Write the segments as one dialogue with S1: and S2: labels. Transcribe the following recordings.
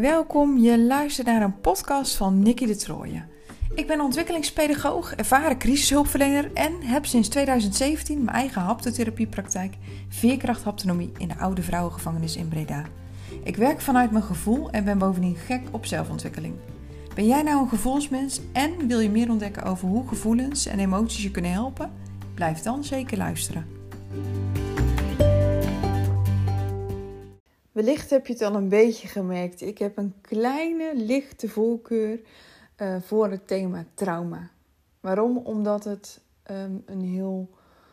S1: Welkom, je luistert naar een podcast van Nikki de Trooijen. Ik ben ontwikkelingspedagoog, ervaren crisishulpverlener en heb sinds 2017 mijn eigen haptotherapiepraktijk Veerkracht Haptonomie in de Oude Vrouwengevangenis in Breda. Ik werk vanuit mijn gevoel en ben bovendien gek op zelfontwikkeling. Ben jij nou een gevoelsmens en wil je meer ontdekken over hoe gevoelens en emoties je kunnen helpen? Blijf dan zeker luisteren. Wellicht heb je het al een beetje gemerkt. Ik heb een kleine, lichte voorkeur voor het thema trauma. Waarom? Omdat het een heel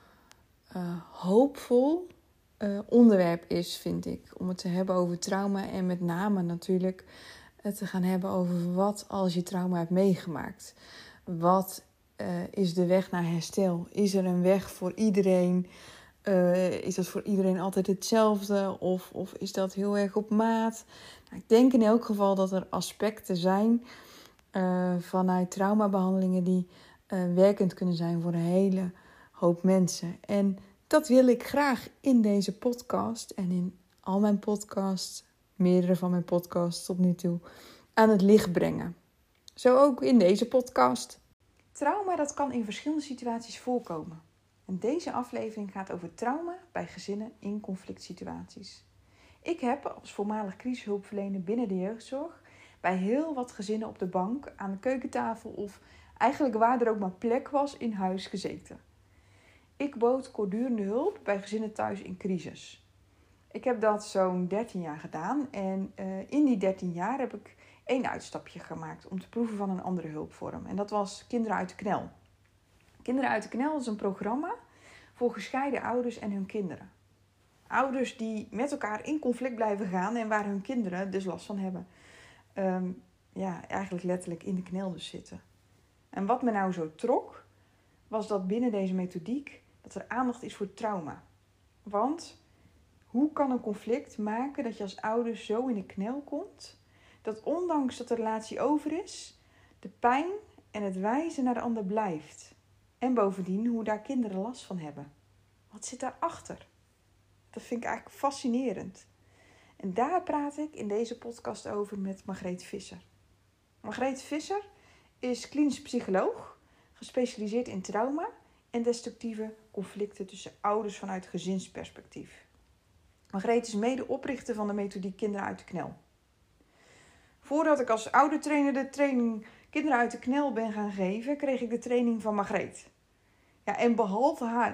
S1: hoopvol onderwerp is, vind ik. Om het te hebben over trauma en met name natuurlijk te gaan hebben over wat als je trauma hebt meegemaakt. Wat is de weg naar herstel? Is er een weg voor iedereen? Is dat voor iedereen altijd hetzelfde? Of is dat heel erg op maat? Nou, ik denk in elk geval dat er aspecten zijn vanuit traumabehandelingen die werkend kunnen zijn voor een hele hoop mensen. En dat wil ik graag in deze podcast en in al mijn podcasts, meerdere van mijn podcasts tot nu toe, aan het licht brengen. Zo ook in deze podcast. Trauma, dat kan in verschillende situaties voorkomen. En deze aflevering gaat over trauma bij gezinnen in conflict situaties. Ik heb als voormalig crisishulpverlener binnen de jeugdzorg bij heel wat gezinnen op de bank, aan de keukentafel of eigenlijk waar er ook maar plek was in huis gezeten. Ik bood kortdurende hulp bij gezinnen thuis in crisis. Ik heb dat zo'n 13 jaar gedaan en in die 13 jaar heb ik 1 uitstapje gemaakt om te proeven van een andere hulpvorm. En dat was Kinderen uit de Knel. Kinderen uit de Knel is een programma voor gescheiden ouders en hun kinderen. Ouders die met elkaar in conflict blijven gaan en waar hun kinderen dus last van hebben. Eigenlijk letterlijk in de knel dus zitten. En wat me nou zo trok, was dat binnen deze methodiek dat er aandacht is voor trauma. Want hoe kan een conflict maken dat je als ouder zo in de knel komt, dat ondanks dat de relatie over is, de pijn en het wijzen naar de ander blijft. En bovendien hoe daar kinderen last van hebben. Wat zit daarachter? Dat vind ik eigenlijk fascinerend. En daar praat ik in deze podcast over met Margreet Visser. Margreet Visser is klinisch psycholoog, gespecialiseerd in trauma en destructieve conflicten tussen ouders vanuit gezinsperspectief. Margreet is medeoprichter van de methodiek Kinderen uit de Knel. Voordat ik als oudertrainer de training Kinderen uit de Knel ben gaan geven, kreeg ik de training van Margreet. Ja, en behalve haar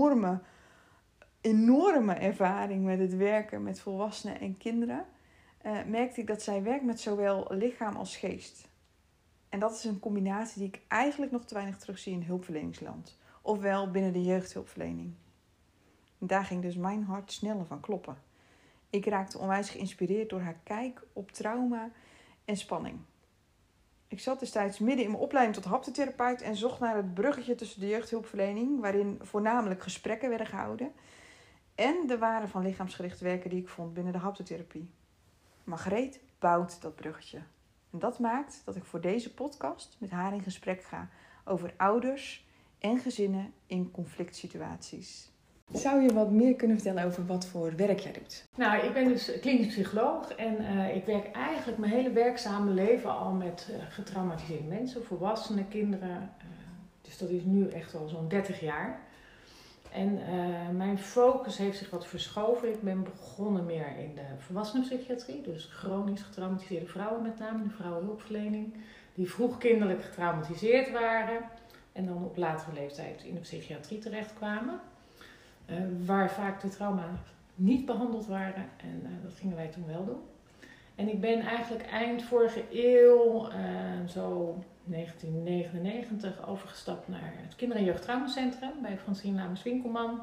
S1: enorme ervaring met het werken met volwassenen en kinderen, merkte ik dat zij werkt met zowel lichaam als geest. En dat is een combinatie die ik eigenlijk nog te weinig terugzie in hulpverleningsland. Ofwel binnen de jeugdhulpverlening. En daar ging dus mijn hart sneller van kloppen. Ik raakte onwijs geïnspireerd door haar kijk op trauma en spanning. Ik zat destijds midden in mijn opleiding tot haptotherapeut en zocht naar het bruggetje tussen de jeugdhulpverlening, waarin voornamelijk gesprekken werden gehouden, en de waarde van lichaamsgericht werken die ik vond binnen de haptotherapie. Margreet bouwt dat bruggetje. En dat maakt dat ik voor deze podcast met haar in gesprek ga over ouders en gezinnen in conflict situaties. Zou je wat meer kunnen vertellen over wat voor werk jij doet?
S2: Nou, ik ben dus klinisch psycholoog en ik werk eigenlijk mijn hele werkzame leven al met getraumatiseerde mensen, volwassenen, kinderen. Dus dat is nu echt al zo'n 30 jaar. En mijn focus heeft zich wat verschoven. Ik ben begonnen meer in de volwassenenpsychiatrie, dus chronisch getraumatiseerde vrouwen met name, de vrouwenhulpverlening, die vroeg kinderlijk getraumatiseerd waren en dan op latere leeftijd in de psychiatrie terechtkwamen. Waar vaak de trauma niet behandeld waren en dat gingen wij toen wel doen. En ik ben eigenlijk eind vorige eeuw, zo 1999, overgestapt naar het Kinder- en Jeugdtraumacentrum bij Francine Lammers-Winkelman.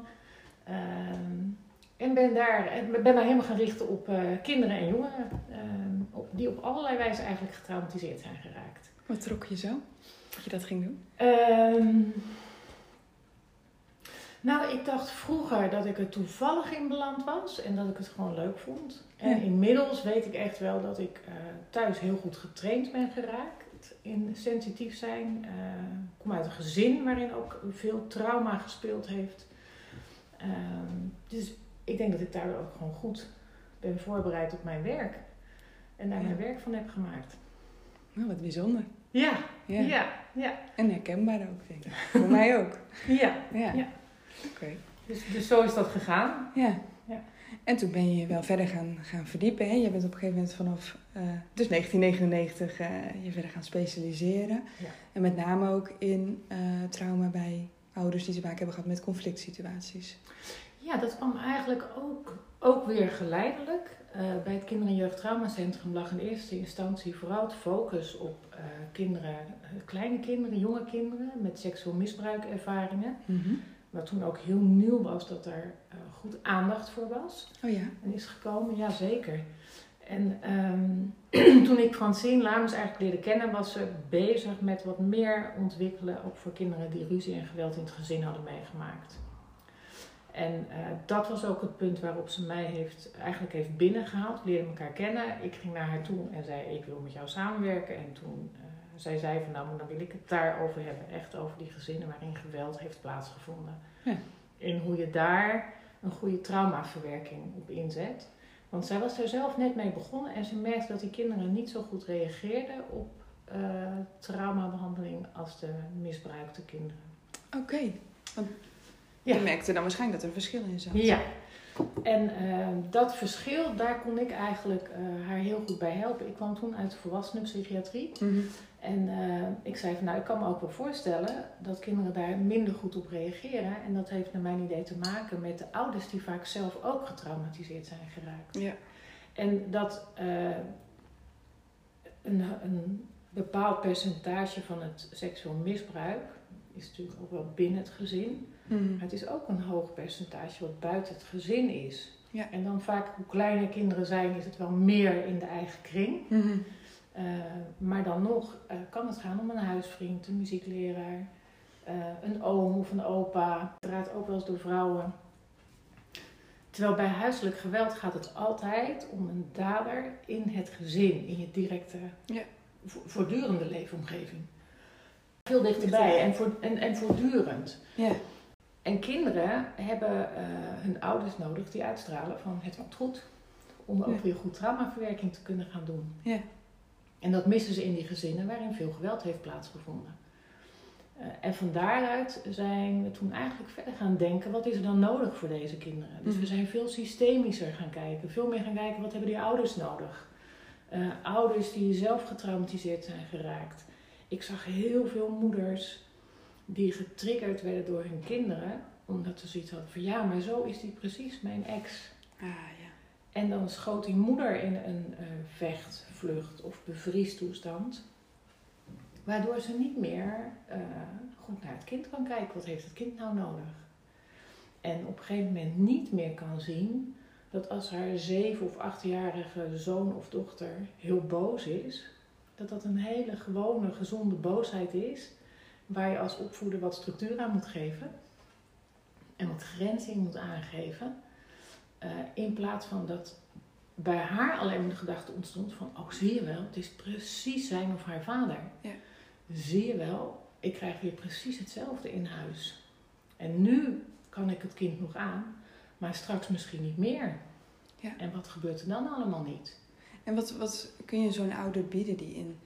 S2: En ben mij helemaal gaan richten op kinderen en jongeren die op allerlei wijze eigenlijk getraumatiseerd zijn geraakt.
S1: Wat trok je zo, dat je dat ging doen?
S2: Nou, ik dacht vroeger dat ik er toevallig in beland was en dat ik het gewoon leuk vond. En inmiddels weet ik echt wel dat ik thuis heel goed getraind ben geraakt in sensitief zijn. Ik kom uit een gezin waarin ook veel trauma gespeeld heeft. Dus ik denk dat ik daar ook gewoon goed ben voorbereid op mijn werk. En daar mijn werk van heb gemaakt.
S1: Nou, wat bijzonder.
S2: Ja.
S1: En herkenbaar ook, denk ik. Voor mij ook.
S2: Ja.
S1: Oké.
S2: Dus zo is dat gegaan.
S1: Ja. En toen ben je wel verder gaan verdiepen. Hè? Je bent op een gegeven moment vanaf dus 1999 je verder gaan specialiseren.
S2: Ja.
S1: En met name ook in trauma bij ouders die te maken hebben gehad met conflict situaties.
S2: Ja, dat kwam eigenlijk ook weer geleidelijk. Bij het Kinder- en Jeugdtraumacentrum lag in eerste instantie vooral het focus op kinderen, kleine kinderen, jonge kinderen met seksueel misbruikervaringen.
S1: Mm-hmm.
S2: Wat toen ook heel nieuw was dat daar goed aandacht voor was.
S1: Oh ja?
S2: En is gekomen, ja zeker. En toen ik Francine Lamers eigenlijk leerde kennen, was ze bezig met wat meer ontwikkelen, ook voor kinderen die ruzie en geweld in het gezin hadden meegemaakt. En dat was ook het punt waarop ze mij eigenlijk heeft binnengehaald. We leerden elkaar kennen. Ik ging naar haar toe en zei, ik wil met jou samenwerken. En toen zij zei van, nou, dan wil ik het daarover hebben. Echt over die gezinnen waarin geweld heeft plaatsgevonden.
S1: Ja.
S2: En hoe je daar een goede traumaverwerking op inzet. Want zij was er zelf net mee begonnen en ze merkte dat die kinderen niet zo goed reageerden op traumabehandeling als de misbruikte kinderen.
S1: Oké. Want je merkte dan waarschijnlijk dat er een verschil in zat.
S2: Ja. En dat verschil, daar kon ik eigenlijk haar heel goed bij helpen. Ik kwam toen uit de volwassenenpsychiatrie.
S1: Mm-hmm.
S2: En ik zei van, nou, ik kan me ook wel voorstellen dat kinderen daar minder goed op reageren. En dat heeft naar mijn idee te maken met de ouders die vaak zelf ook getraumatiseerd zijn geraakt.
S1: Ja.
S2: En dat een bepaald percentage van het seksueel misbruik is natuurlijk ook wel binnen het gezin.
S1: Mm-hmm.
S2: Maar het is ook een hoog percentage wat buiten het gezin is.
S1: Ja.
S2: En dan vaak, hoe kleiner kinderen zijn, is het wel meer in de eigen kring.
S1: Mm-hmm.
S2: Maar dan nog kan het gaan om een huisvriend, een muziekleraar, een oom of een opa. Het gaat ook wel eens door vrouwen. Terwijl bij huiselijk geweld gaat het altijd om een dader in het gezin, in je directe, voortdurende leefomgeving. Veel dichterbij en voortdurend.
S1: Ja.
S2: En kinderen hebben hun ouders nodig die uitstralen van het komt goed. Om ook weer goed traumaverwerking te kunnen gaan doen.
S1: Ja.
S2: En dat missen ze in die gezinnen waarin veel geweld heeft plaatsgevonden. En van daaruit zijn we toen eigenlijk verder gaan denken, wat is er dan nodig voor deze kinderen? Dus we zijn veel systemischer gaan kijken. Veel meer gaan kijken, wat hebben die ouders nodig? Ouders die zelf getraumatiseerd zijn geraakt. Ik zag heel veel moeders die getriggerd werden door hun kinderen. Omdat ze zoiets hadden van, ja, maar zo is die precies mijn ex.
S1: Ah, ja.
S2: En dan schoot die moeder in een vecht, vlucht of bevriestietoestand. Waardoor ze niet meer goed naar het kind kan kijken. Wat heeft het kind nou nodig? En op een gegeven moment niet meer kan zien dat als haar 7- of 8-jarige zoon of dochter heel boos is, dat dat een hele gewone, gezonde boosheid is, waar je als opvoeder wat structuur aan moet geven en wat grenzen in moet aangeven. In plaats van dat bij haar alleen maar de gedachte ontstond van, oh, zie je wel, het is precies zijn of haar vader.
S1: Ja.
S2: Zie je wel, ik krijg weer precies hetzelfde in huis. En nu kan ik het kind nog aan, maar straks misschien niet meer.
S1: Ja.
S2: En wat gebeurt er dan allemaal niet?
S1: En wat kun je zo'n ouder bieden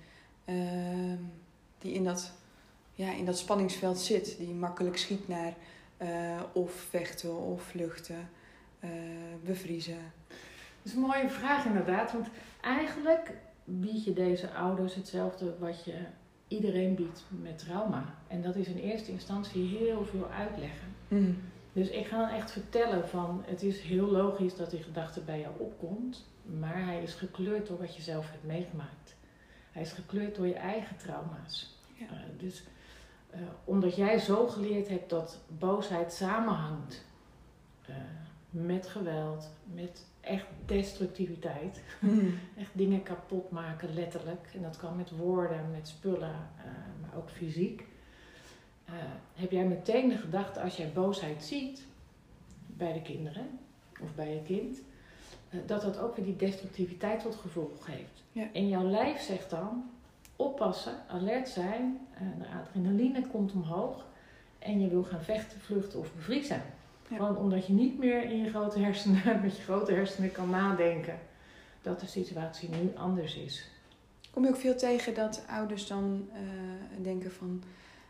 S1: die in dat spanningsveld zit, die makkelijk schiet naar of vechten of vluchten, bevriezen?
S2: Dat is een mooie vraag inderdaad, want eigenlijk bied je deze ouders hetzelfde wat je iedereen biedt met trauma. En dat is in eerste instantie heel veel uitleggen.
S1: Mm.
S2: Dus ik ga dan echt vertellen van, het is heel logisch dat die gedachte bij jou opkomt, maar hij is gekleurd door wat je zelf hebt meegemaakt. Hij is gekleurd door je eigen trauma's.
S1: Ja.
S2: Dus omdat jij zo geleerd hebt dat boosheid samenhangt met geweld, met echt destructiviteit. Echt dingen kapot maken, letterlijk. En dat kan met woorden, met spullen, maar ook fysiek. Heb jij meteen de gedachte, als jij boosheid ziet bij de kinderen of bij je kind, dat dat ook weer die destructiviteit tot gevolg heeft.
S1: Ja. En
S2: jouw lijf zegt dan, oppassen, alert zijn, de adrenaline komt omhoog en je wil gaan vechten, vluchten of bevriezen. Ja. Gewoon omdat je niet meer in je grote hersenen, met je grote hersenen kan nadenken dat de situatie nu anders is.
S1: Kom je ook veel tegen dat ouders dan denken van...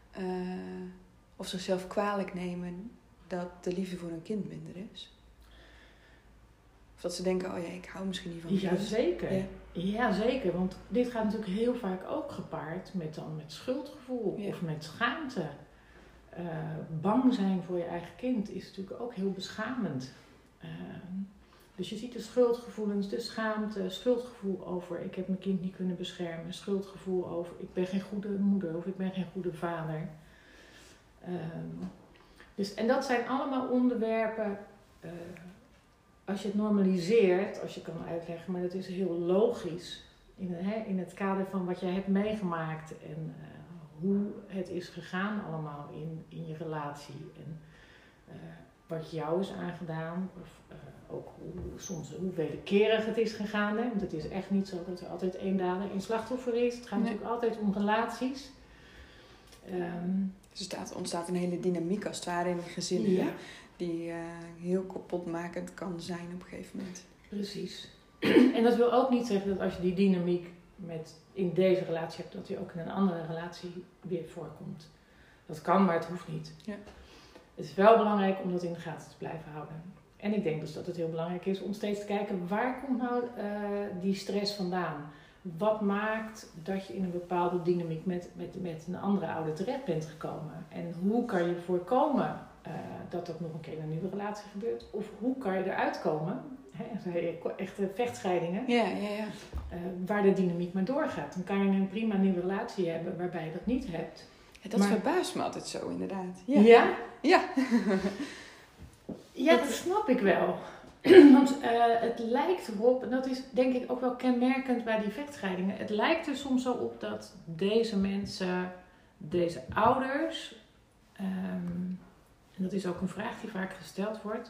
S1: of zichzelf kwalijk nemen dat de liefde voor hun kind minder is? Of dat ze denken, oh ja, ik hou misschien niet van mijn kind.
S2: Jazeker.
S1: Ja.
S2: Ja, zeker. Want dit gaat natuurlijk heel vaak ook gepaard met schuldgevoel
S1: Ja.
S2: of met schaamte. Bang zijn voor je eigen kind is natuurlijk ook heel beschamend. Dus je ziet de schuldgevoelens, de schaamte, schuldgevoel over ik heb mijn kind niet kunnen beschermen, schuldgevoel over ik ben geen goede moeder of ik ben geen goede vader. En dat zijn allemaal onderwerpen, als je het normaliseert, als je kan uitleggen, maar dat is heel logisch in het kader van wat jij hebt meegemaakt en hoe het is gegaan allemaal in je relatie en wat jou is aangedaan, of ook hoe wederkerig het is gegaan. Hè? Want het is echt niet zo dat er altijd één dader en slachtoffer is. Het gaat natuurlijk altijd om relaties.
S1: Dus er ontstaat een hele dynamiek als het ware in de gezinnen.
S2: Ja.
S1: Die heel kapotmakend kan zijn op een gegeven moment.
S2: Precies. En dat wil ook niet zeggen dat als je die dynamiek in deze relatie hebt, dat die ook in een andere relatie weer voorkomt. Dat kan, maar het hoeft niet.
S1: Ja.
S2: Het is wel belangrijk om dat in de gaten te blijven houden. En ik denk dus dat het heel belangrijk is om steeds te kijken, waar komt nou die stress vandaan? Wat maakt dat je in een bepaalde dynamiek met een andere ouder terecht bent gekomen? En hoe kan je voorkomen dat nog een keer in een nieuwe relatie gebeurt? Of hoe kan je eruit komen? Echte vechtscheidingen.
S1: Ja.
S2: Waar de dynamiek maar doorgaat. Dan kan je een prima nieuwe relatie hebben waarbij je dat niet hebt.
S1: Ja, dat verbaast me altijd zo, inderdaad.
S2: Ja?
S1: Ja.
S2: Ja, dat snap ik wel. Want het lijkt erop, en dat is denk ik ook wel kenmerkend bij die vechtscheidingen. Het lijkt er soms zo op dat deze mensen, deze ouders, en dat is ook een vraag die vaak gesteld wordt,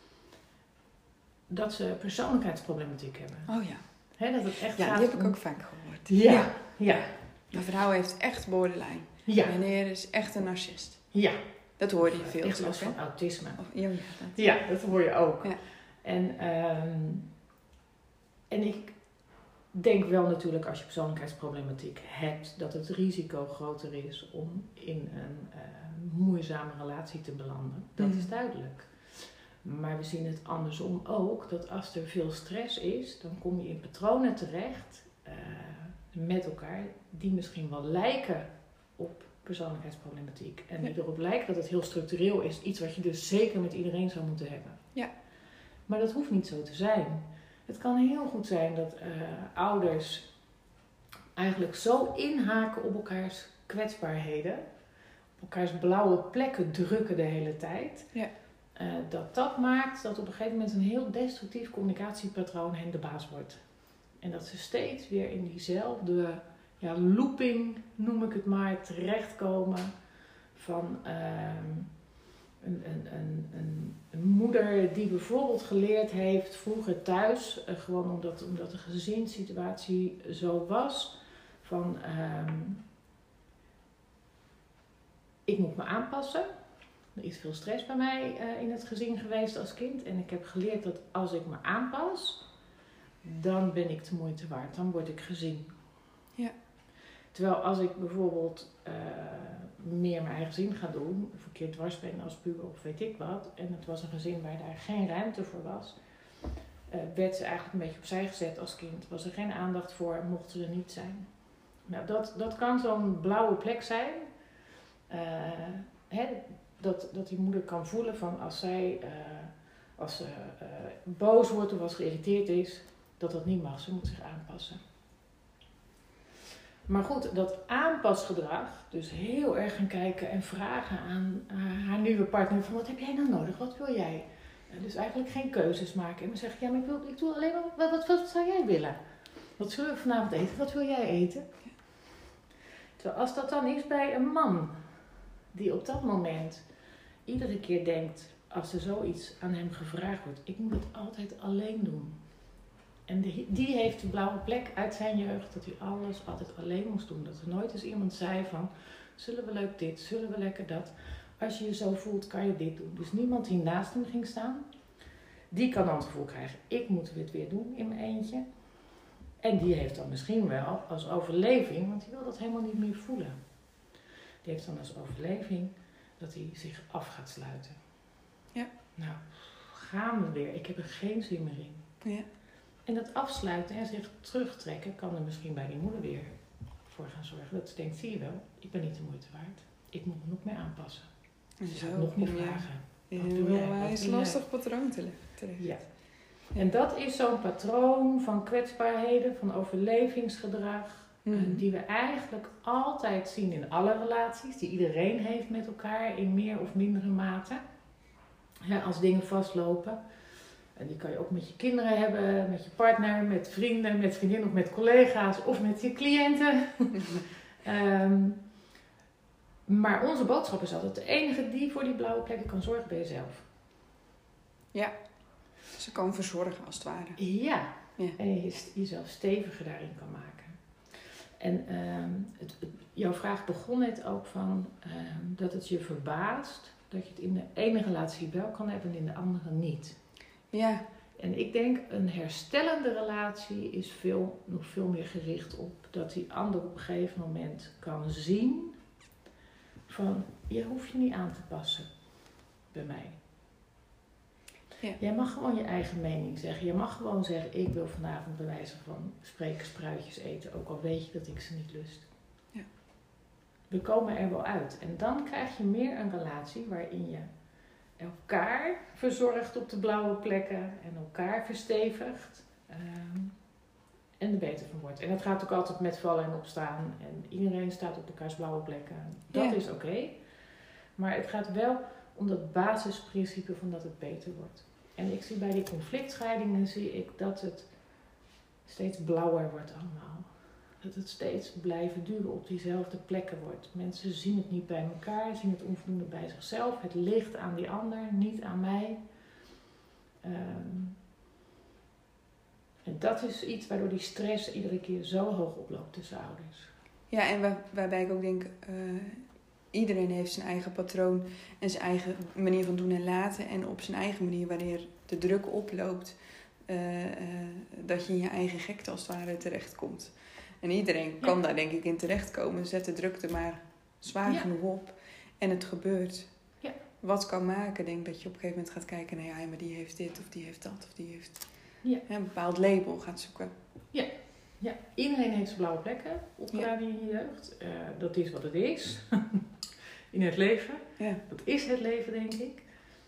S2: dat ze persoonlijkheidsproblematiek hebben.
S1: Oh ja.
S2: Dat het echt
S1: Ja,
S2: gaat
S1: die heb
S2: om...
S1: ik ook vaak gehoord.
S2: Ja.
S1: Mijn vrouw heeft echt borderline.
S2: Ja.
S1: Meneer is echt een narcist.
S2: Ja.
S1: Dat hoor je veel.
S2: Echt last van autisme.
S1: Ja,
S2: dat hoor je ook.
S1: Ja.
S2: En ik denk wel natuurlijk als je persoonlijkheidsproblematiek hebt, dat het risico groter is om in een moeizame relatie te belanden. Dat is duidelijk. Maar we zien het andersom ook, dat als er veel stress is, dan kom je in patronen terecht met elkaar die misschien wel lijken op persoonlijkheidsproblematiek. En die erop lijken dat het heel structureel is. Iets wat je dus zeker met iedereen zou moeten hebben.
S1: Ja.
S2: Maar dat hoeft niet zo te zijn. Het kan heel goed zijn dat ouders eigenlijk zo inhaken op elkaars kwetsbaarheden. Op elkaars blauwe plekken drukken de hele tijd.
S1: Ja.
S2: Dat maakt dat op een gegeven moment een heel destructief communicatiepatroon hen de baas wordt. En dat ze steeds weer in diezelfde looping, noem ik het maar, terechtkomen van een moeder die bijvoorbeeld geleerd heeft vroeger thuis, gewoon omdat de gezinssituatie zo was, van ik moet me aanpassen. Er is veel stress bij mij in het gezin geweest als kind en ik heb geleerd dat als ik me aanpas, dan ben ik de moeite waard, dan word ik gezien.
S1: Ja.
S2: Terwijl als ik bijvoorbeeld meer mijn eigen zin ga doen, of een keer dwars ben als puber of weet ik wat, en het was een gezin waar daar geen ruimte voor was, werd ze eigenlijk een beetje opzij gezet als kind. Was er geen aandacht voor, mocht ze er niet zijn. Nou, dat kan zo'n blauwe plek zijn. Dat die moeder kan voelen van als ze boos wordt of als ze geïrriteerd is, dat niet mag. Ze moet zich aanpassen. Maar goed, dat aanpasgedrag, dus heel erg gaan kijken en vragen aan haar nieuwe partner van wat heb jij nou nodig, wat wil jij? Dus eigenlijk geen keuzes maken. En dan zeg je, ja, maar ik doe alleen maar, wat zou jij willen? Wat zullen we vanavond eten? Wat wil jij eten? Terwijl als dat dan is bij een man, die op dat moment iedere keer denkt, als er zoiets aan hem gevraagd wordt, ik moet het altijd alleen doen. En die heeft de blauwe plek uit zijn jeugd, dat hij alles altijd alleen moest doen. Dat er nooit eens iemand zei van, zullen we leuk dit, zullen we lekker dat. Als je je zo voelt, kan je dit doen. Dus niemand die naast hem ging staan, die kan dan het gevoel krijgen, ik moet dit weer doen in mijn eentje. En die heeft dan misschien wel als overleving, want die wil dat helemaal niet meer voelen. Die heeft dan als overleving dat hij zich af gaat sluiten.
S1: Ja.
S2: Nou, gaan we weer. Ik heb er geen zin meer in.
S1: Ja.
S2: En dat afsluiten en zich terugtrekken kan er misschien bij die moeder weer voor gaan zorgen. Dat ze denkt, zie je wel, ik ben niet de moeite waard. Ik moet me nog meer aanpassen.
S1: En
S2: Ze
S1: zo
S2: gaat nog meer
S1: kom je
S2: vragen.
S1: in een lastig patroon terecht.
S2: Ja. En dat is zo'n patroon van kwetsbaarheden, van overlevingsgedrag. Die we eigenlijk altijd zien in alle relaties. Die iedereen heeft met elkaar in meer of mindere mate. Ja, als dingen vastlopen. En die kan je ook met je kinderen hebben, met je partner, met vrienden, met vriendinnen of met collega's of met je cliënten. Maar onze boodschap is altijd, de enige die voor die blauwe plekken kan zorgen, ben jezelf.
S1: Ja, ze kan verzorgen als het ware.
S2: Ja, en je jezelf steviger daarin kan maken. En jouw vraag begon net ook van dat het je verbaast dat je het in de ene relatie wel kan hebben en in de andere niet.
S1: Ja.
S2: En ik denk een herstellende relatie is nog veel meer gericht op dat die ander op een gegeven moment kan zien van je hoeft je niet aan te passen bij mij. Ja. Jij mag gewoon je eigen mening zeggen. Je mag gewoon zeggen, ik wil vanavond bij wijze van spreken spruitjes eten, ook al weet je dat ik ze niet lust.
S1: Ja.
S2: We komen er wel uit. En dan krijg je meer een relatie waarin je elkaar verzorgt op de blauwe plekken en elkaar verstevigt en er beter van wordt. En dat gaat ook altijd met vallen en opstaan en iedereen staat op elkaars blauwe plekken. Dat is oké. Maar het gaat wel om dat basisprincipe van dat het beter wordt. En ik zie bij die conflictscheidingen dat het steeds blauwer wordt allemaal. Dat het steeds blijven duren op diezelfde plekken wordt. Mensen zien het niet bij elkaar, zien het onvoldoende bij zichzelf. Het ligt aan die ander, niet aan mij. En dat is iets waardoor die stress iedere keer zo hoog oploopt tussen ouders.
S1: Ja, en waarbij ik ook denk, iedereen heeft zijn eigen patroon en zijn eigen manier van doen en laten. En op zijn eigen manier, wanneer de druk oploopt, dat je in je eigen gekte als het ware terechtkomt. En iedereen kan daar denk ik in terechtkomen. Zet de druk er maar zwaar genoeg op. En het gebeurt.
S2: Ja.
S1: Wat kan maken, denk dat je op een gegeven moment gaat kijken naar ja, maar die heeft dit of die heeft dat of die heeft een bepaald label gaat zoeken.
S2: Ja. Ja, iedereen heeft zijn blauwe plekken opgedaan in je jeugd. Dat is wat het is. In het leven.
S1: Ja.
S2: Dat is het leven, denk ik.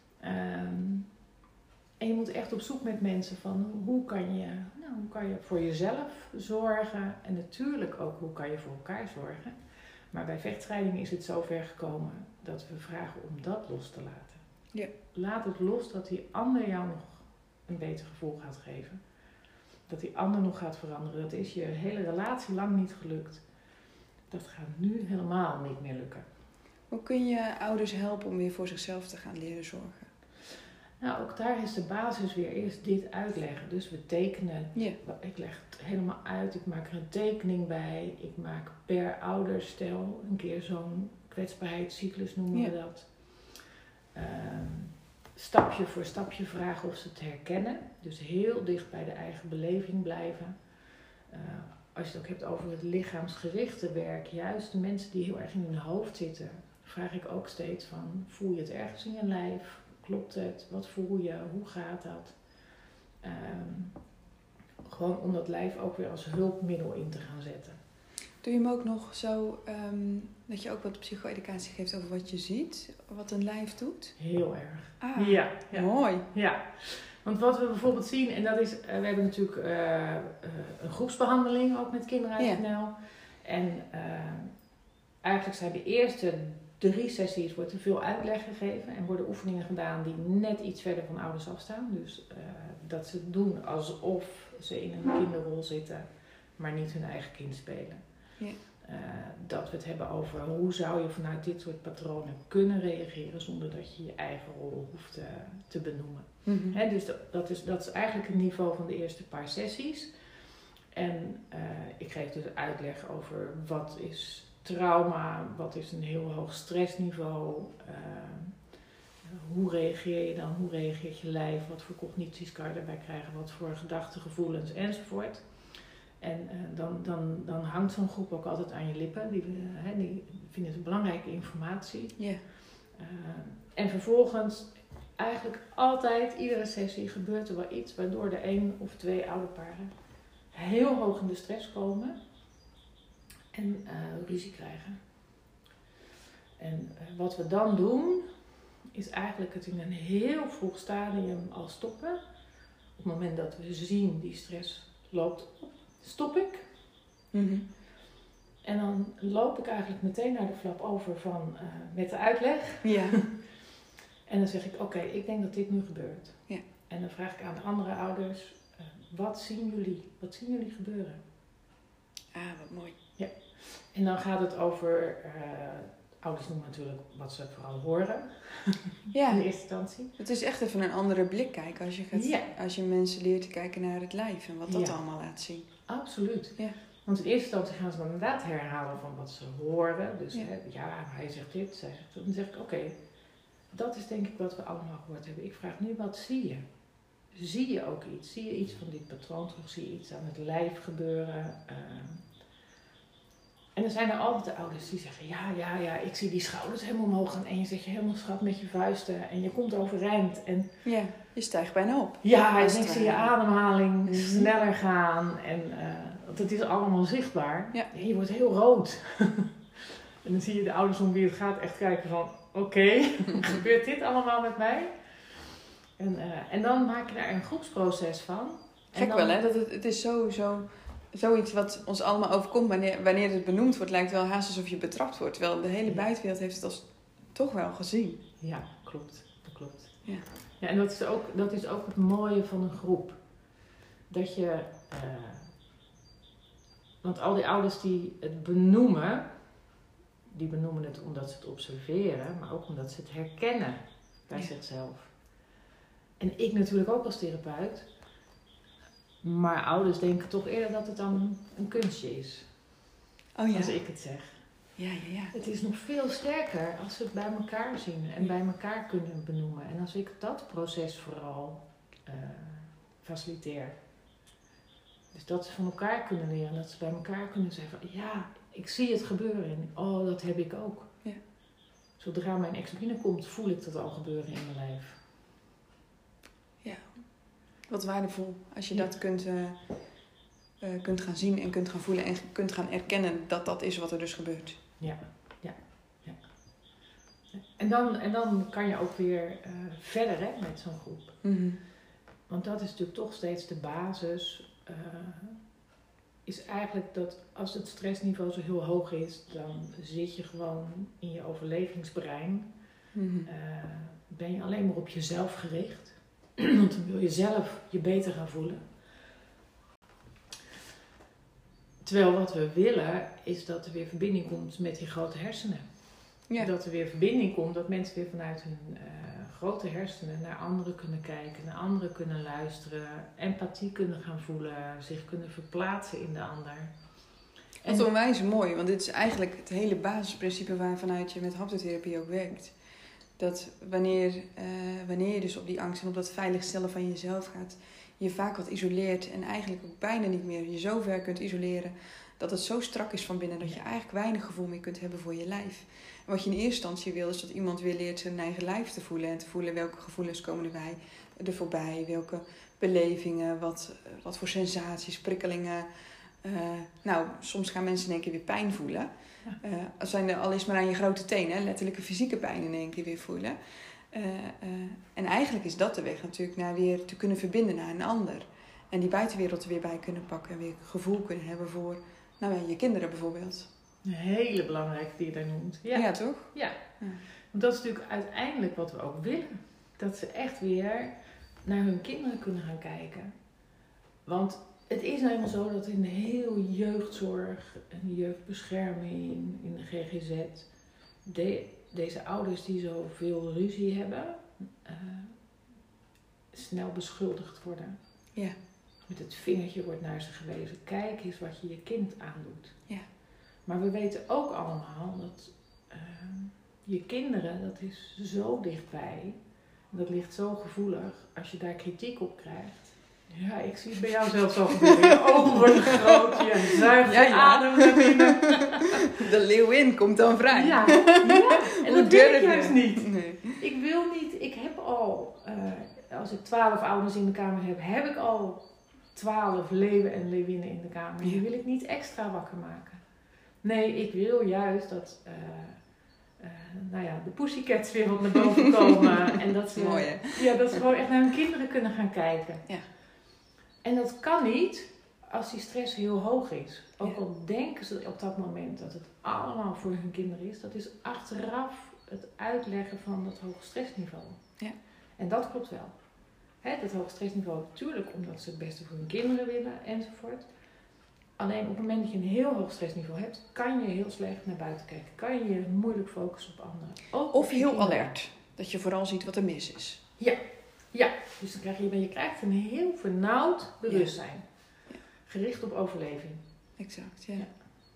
S2: En je moet echt op zoek met mensen van hoe kan je voor jezelf zorgen. En natuurlijk ook hoe kan je voor elkaar zorgen. Maar bij vechtscheiding is het zo ver gekomen dat we vragen om dat los te laten.
S1: Ja.
S2: Laat het los dat die ander jou nog een beter gevoel gaat geven. Dat die ander nog gaat veranderen. Dat is je hele relatie lang niet gelukt. Dat gaat nu helemaal niet meer lukken.
S1: Hoe kun je ouders helpen om weer voor zichzelf te gaan leren zorgen?
S2: Nou, ook daar is de basis weer eerst dit uitleggen. Dus we tekenen.
S1: Ja.
S2: Ik leg het helemaal uit. Ik maak er een tekening bij. Ik maak per ouderstel een keer zo'n kwetsbaarheidscyclus noemen we dat. Stapje voor stapje vragen of ze het herkennen. Dus heel dicht bij de eigen beleving blijven. Als je het ook hebt over het lichaamsgerichte werk, juist de mensen die heel erg in hun hoofd zitten, vraag ik ook steeds van, voel je het ergens in je lijf? Klopt het? Wat voel je? Hoe gaat dat? Gewoon om dat lijf ook weer als hulpmiddel in te gaan zetten.
S1: Doe je hem ook nog zo dat je ook wat psycho-educatie geeft over wat je ziet? Wat een lijf doet?
S2: Heel erg.
S1: Ah,
S2: ja.
S1: Mooi.
S2: Ja, want wat we bijvoorbeeld zien, en dat is, we hebben natuurlijk een groepsbehandeling ook met kinderen uit NL. En eigenlijk zijn de eerste 3 sessies wordt er veel uitleg gegeven en worden oefeningen gedaan die net iets verder van ouders afstaan. Dus dat ze doen alsof ze in een kinderrol zitten, maar niet hun eigen kind spelen.
S1: Ja.
S2: Dat we het hebben over hoe zou je vanuit dit soort patronen kunnen reageren zonder dat je je eigen rol hoeft te benoemen.
S1: Mm-hmm.
S2: Dus dat is eigenlijk het niveau van de eerste paar sessies. En ik geef dus uitleg over wat is trauma, wat is een heel hoog stressniveau, hoe reageer je dan, hoe reageert je lijf, wat voor cognities kan je daarbij krijgen, wat voor gedachten, gevoelens enzovoort. En dan hangt zo'n groep ook altijd aan je lippen. Die vinden het belangrijke informatie.
S1: Ja.
S2: En vervolgens, eigenlijk altijd, iedere sessie, gebeurt er wel iets waardoor de 1 of 2 ouderparen heel hoog in de stress komen en ruzie krijgen. En wat we dan doen, is eigenlijk het in een heel vroeg stadium al stoppen. Op het moment dat we zien die stress loopt op, stop ik.
S1: Mm-hmm.
S2: En dan loop ik eigenlijk meteen naar de flap over met de uitleg.
S1: Ja.
S2: En dan zeg ik, oké, ik denk dat dit nu gebeurt.
S1: Ja.
S2: En dan vraag ik aan de andere ouders, wat zien jullie? Wat zien jullie gebeuren?
S1: Ah, wat mooi.
S2: Ja. En dan gaat het over, ouders noemen natuurlijk wat ze vooral horen.
S1: Ja.
S2: In de eerste instantie.
S1: Het is echt even een andere blik kijken
S2: Ja.
S1: als je mensen leert te kijken naar het lijf en wat dat
S2: Ja.
S1: allemaal laat zien.
S2: Absoluut.
S1: Ja.
S2: Want in eerste instantie gaan ze dan inderdaad herhalen van wat ze horen. Dus
S1: Ja.
S2: hij zegt dit, zij zegt dat. Dan zeg ik, oké, dat is denk ik wat we allemaal gehoord hebben. Ik vraag nu, wat zie je? Zie je ook iets? Zie je iets van dit patroon terug? Zie je iets aan het lijf gebeuren? En dan zijn er altijd de ouders die zeggen, ja, ik zie die schouders helemaal omhoog gaan. En je zet je helemaal schat met je vuisten en je komt overeind. En
S1: Ja, je stijgt bijna op.
S2: ja,
S1: Als
S2: en
S1: het
S2: ik zie je
S1: ware.
S2: ademhaling sneller gaan. En want het is allemaal zichtbaar.
S1: Ja.
S2: En je wordt heel rood. En dan zie je de ouders om wie het gaat echt kijken van, oké, gebeurt dit allemaal met mij? En dan maak je daar een groepsproces van.
S1: Gek
S2: dan,
S1: wel, hè? Dat het is zoiets wat ons allemaal overkomt wanneer het benoemd wordt, lijkt wel haast alsof je betrapt wordt. Terwijl de hele buitenwereld heeft het als toch wel gezien.
S2: Ja, klopt. Dat klopt.
S1: Ja.
S2: Ja, en dat is ook het mooie van een groep. Dat je... want al die ouders die het benoemen, die benoemen het omdat ze het observeren, maar ook omdat ze het herkennen bij zichzelf. En ik natuurlijk ook als therapeut. Maar ouders denken toch eerder dat het dan een kunstje is.
S1: Oh ja.
S2: Als ik het zeg.
S1: Ja.
S2: Het is nog veel sterker als ze het bij elkaar zien en bij elkaar kunnen benoemen. En als ik dat proces vooral faciliteer. Dus dat ze van elkaar kunnen leren, dat ze bij elkaar kunnen zeggen, ja, ik zie het gebeuren en oh, dat heb ik ook.
S1: Ja.
S2: Zodra mijn ex binnenkomt, voel ik dat al gebeuren in mijn lijf.
S1: Ja. Wat waardevol als je dat kunt gaan zien en kunt gaan voelen en kunt gaan erkennen dat dat is wat er dus gebeurt.
S2: Ja. En dan kan je ook weer verder met zo'n groep.
S1: Mm-hmm.
S2: Want dat is natuurlijk toch steeds de basis. Is eigenlijk dat als het stressniveau zo heel hoog is, dan zit je gewoon in je overlevingsbrein.
S1: Mm-hmm.
S2: Ben je alleen maar op jezelf gericht. Want dan wil je zelf je beter gaan voelen. Terwijl wat we willen is dat er weer verbinding komt met die grote hersenen.
S1: Ja.
S2: Dat er weer verbinding komt, dat mensen weer vanuit hun grote hersenen naar anderen kunnen kijken, naar anderen kunnen luisteren, empathie kunnen gaan voelen, zich kunnen verplaatsen in de ander.
S1: Dat is onwijs mooi, want dit is eigenlijk het hele basisprincipe waarvanuit je met haptotherapie ook werkt. Dat wanneer je dus op die angst en op dat veiligstellen van jezelf gaat, je vaak wat isoleert en eigenlijk ook bijna niet meer je zo ver kunt isoleren dat het zo strak is van binnen dat je eigenlijk weinig gevoel meer kunt hebben voor je lijf. En wat je in eerste instantie wil is dat iemand weer leert zijn eigen lijf te voelen en te voelen welke gevoelens komen er voorbij, welke belevingen, wat voor sensaties, prikkelingen. Soms gaan mensen in één keer weer pijn voelen. Al is maar aan je grote tenen, letterlijke fysieke pijn in één keer weer voelen. En eigenlijk is dat de weg natuurlijk naar weer te kunnen verbinden naar een ander. En die buitenwereld er weer bij kunnen pakken en weer gevoel kunnen hebben voor je kinderen bijvoorbeeld.
S2: Een hele belangrijke die je daar noemt.
S1: Ja toch?
S2: Ja. Want dat is natuurlijk uiteindelijk wat we ook willen. Dat ze echt weer naar hun kinderen kunnen gaan kijken. Want het is nou eenmaal zo dat in de hele jeugdzorg en jeugdbescherming, in de GGZ, deze ouders die zoveel ruzie hebben, snel beschuldigd worden.
S1: Ja.
S2: Met het vingertje wordt naar ze gewezen. Kijk eens wat je je kind aandoet.
S1: Ja.
S2: Maar we weten ook allemaal dat je kinderen, dat is zo dichtbij. Dat ligt zo gevoelig. Als je daar kritiek op krijgt, Ja, ik zie het bij jou zelfs al gebeuren. Je ogen worden groot, je zuigt je adem naar binnen.
S1: De leeuwin komt dan vrij.
S2: Ja. En dat wil ik juist niet. Nee. Ik wil niet, ik heb al, als ik 12 ouders in de kamer heb ik al 12 leeuwen en leeuwinnen in de kamer. Die wil ik niet extra wakker maken. Nee, ik wil juist dat de pussycats weer wat naar boven komen. En dat ze,
S1: mooi,
S2: dat ze gewoon echt naar hun kinderen kunnen gaan kijken.
S1: Ja.
S2: En dat kan niet als die stress heel hoog is. Ook al denken ze op dat moment dat het allemaal voor hun kinderen is. Dat is achteraf het uitleggen van dat hoge stressniveau.
S1: Ja.
S2: En dat klopt wel. Dat hoge stressniveau natuurlijk omdat ze het beste voor hun kinderen willen enzovoort. Alleen op het moment dat je een heel hoog stressniveau hebt, kan je heel slecht naar buiten kijken. Kan je je moeilijk focussen op anderen. Ook
S1: of heel alert. Dat je vooral ziet wat er mis is.
S2: Ja. Dus dan krijg je krijgt een heel vernauwd bewustzijn. Ja. Gericht op overleving.
S1: Exact, ja.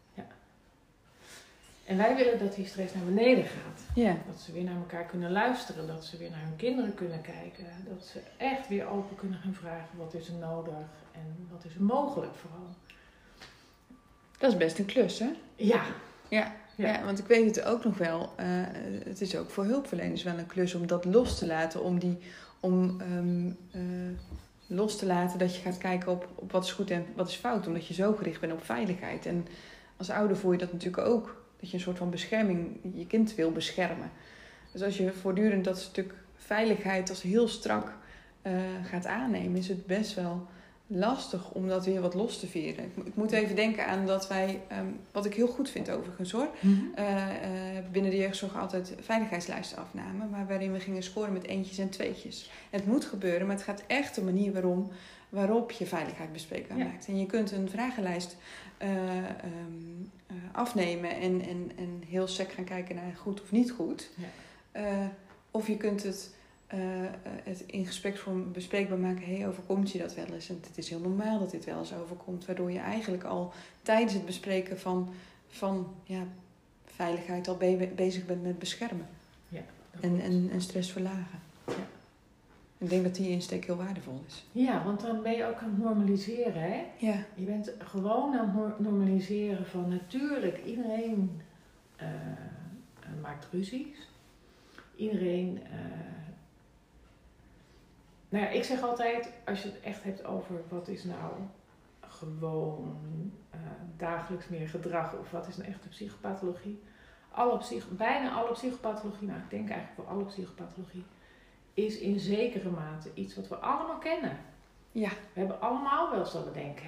S2: En wij willen dat die stress naar beneden gaat.
S1: Ja.
S2: Dat ze weer naar elkaar kunnen luisteren. Dat ze weer naar hun kinderen kunnen kijken. Dat ze echt weer open kunnen gaan vragen. Wat is er nodig? En wat is er mogelijk vooral?
S1: Dat is best een klus, hè? Ja, want ik weet het ook nog wel. Het is ook voor hulpverleners wel een klus om dat los te laten. Om los te laten dat je gaat kijken op wat is goed en wat is fout. Omdat je zo gericht bent op veiligheid. En als ouder voel je dat natuurlijk ook. Dat je een soort van bescherming, je kind wil beschermen. Dus als je voortdurend dat stuk veiligheid als heel strak gaat aannemen, is het best wel lastig om dat weer wat los te veren. Ik moet even denken aan dat wij, wat ik heel goed vind overigens hoor, binnen de jeugdzorg altijd veiligheidslijsten afnamen, waarin we gingen scoren met eentjes en tweetjes. Het moet gebeuren, maar het gaat echt de manier waarop je veiligheid bespreekbaar maakt. En je kunt een vragenlijst afnemen en heel sec gaan kijken naar goed of niet goed. Ja. Of je kunt het in gespreksvorm bespreekbaar maken. Overkomt je dat wel eens? En het is heel normaal dat dit wel eens overkomt. Waardoor je eigenlijk al tijdens het bespreken van veiligheid al bezig bent met beschermen. Ja, en stress verlagen. Ja. Ik denk dat die insteek heel waardevol is.
S2: Ja, want dan ben je ook aan het normaliseren, hè? Ja. Je bent gewoon aan het normaliseren van natuurlijk, iedereen maakt ruzies. Iedereen... ik zeg altijd, als je het echt hebt over wat is nou gewoon dagelijks meer gedrag of wat is een echte psychopathologie. Bijna alle psychopathologie, ik denk eigenlijk voor alle psychopathologie, is in zekere mate iets wat we allemaal kennen. Ja. We hebben allemaal wel eens dat we denken,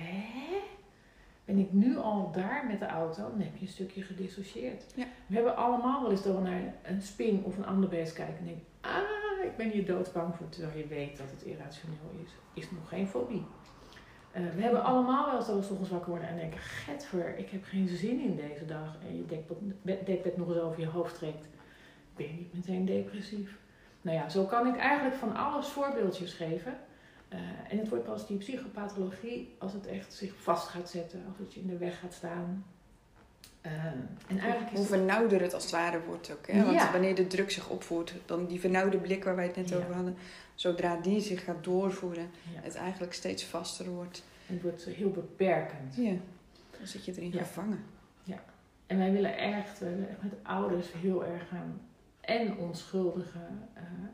S2: ben ik nu al daar met de auto? Dan heb je een stukje gedissocieerd. Ja. We hebben allemaal wel eens dat we naar een spin of een ander beest kijken en denken, ik ben hier doodsbang voor, terwijl je weet dat het irrationeel is. Is nog geen fobie. We hebben allemaal wel eens dat we 's ochtends wakker worden en denken, getver, ik heb geen zin in deze dag. En je dekbed nog eens over je hoofd trekt. Ben je niet meteen depressief? Nou ja, zo kan ik eigenlijk van alles voorbeeldjes geven. En het wordt pas die psychopathologie als het echt zich vast gaat zetten, als het je in de weg gaat staan. En eigenlijk
S1: hoe vernauwder het als het ware wordt ook. Hè? Want wanneer de druk zich opvoert, dan die vernauwde blik waar wij het net over hadden, zodra die zich gaat doorvoeren, het eigenlijk steeds vaster wordt.
S2: En het wordt heel beperkend.
S1: Ja, dan zit je erin gevangen.
S2: Ja, en wij willen echt met ouders heel erg gaan en onschuldigen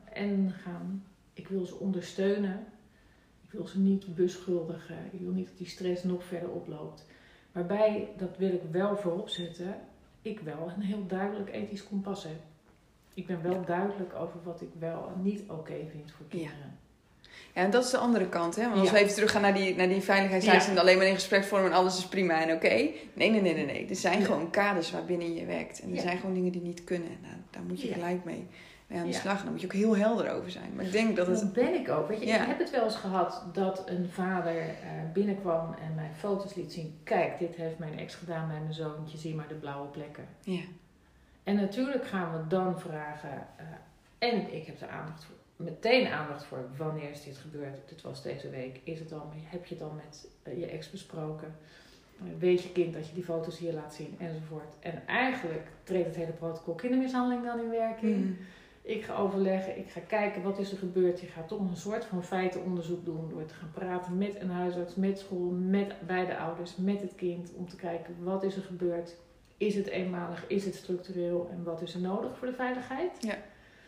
S2: ik wil ze ondersteunen. Ik wil ze niet beschuldigen. Ik wil niet dat die stress nog verder oploopt. Waarbij, dat wil ik wel voorop zetten, ik wel een heel duidelijk ethisch kompas heb. Ik ben wel duidelijk over wat ik wel en niet oké vind voor kinderen.
S1: Ja, en dat is de andere kant, hè? Want als we even teruggaan naar die veiligheidslijst en alleen maar in gespreksvorm en alles is prima en oké. Nee. Er zijn gewoon kaders waarbinnen je werkt. En er zijn gewoon dingen die niet kunnen. Nou, daar moet je gelijk mee aan de slag. Daar moet je ook heel helder over zijn. Maar ik denk dat het...
S2: Dat ben ik ook. Weet je, ik heb het wel eens gehad dat een vader binnenkwam en mij foto's liet zien. Kijk, dit heeft mijn ex gedaan bij mijn zoontje. Zie maar de blauwe plekken. Ja. En natuurlijk gaan we dan vragen. En ik heb er meteen aandacht voor. Wanneer is dit gebeurd? Dit was deze week. Heb je het dan met je ex besproken? Weet je kind dat je die foto's hier laat zien? Enzovoort. En eigenlijk treedt het hele protocol kindermishandeling dan in werking. Ik ga overleggen, ik ga kijken wat is er gebeurd. Je gaat toch een soort van feitenonderzoek doen door te gaan praten met een huisarts, met school, met beide ouders, met het kind. Om te kijken wat is er gebeurd. Is het eenmalig, is het structureel en wat is er nodig voor de veiligheid?
S1: Ja.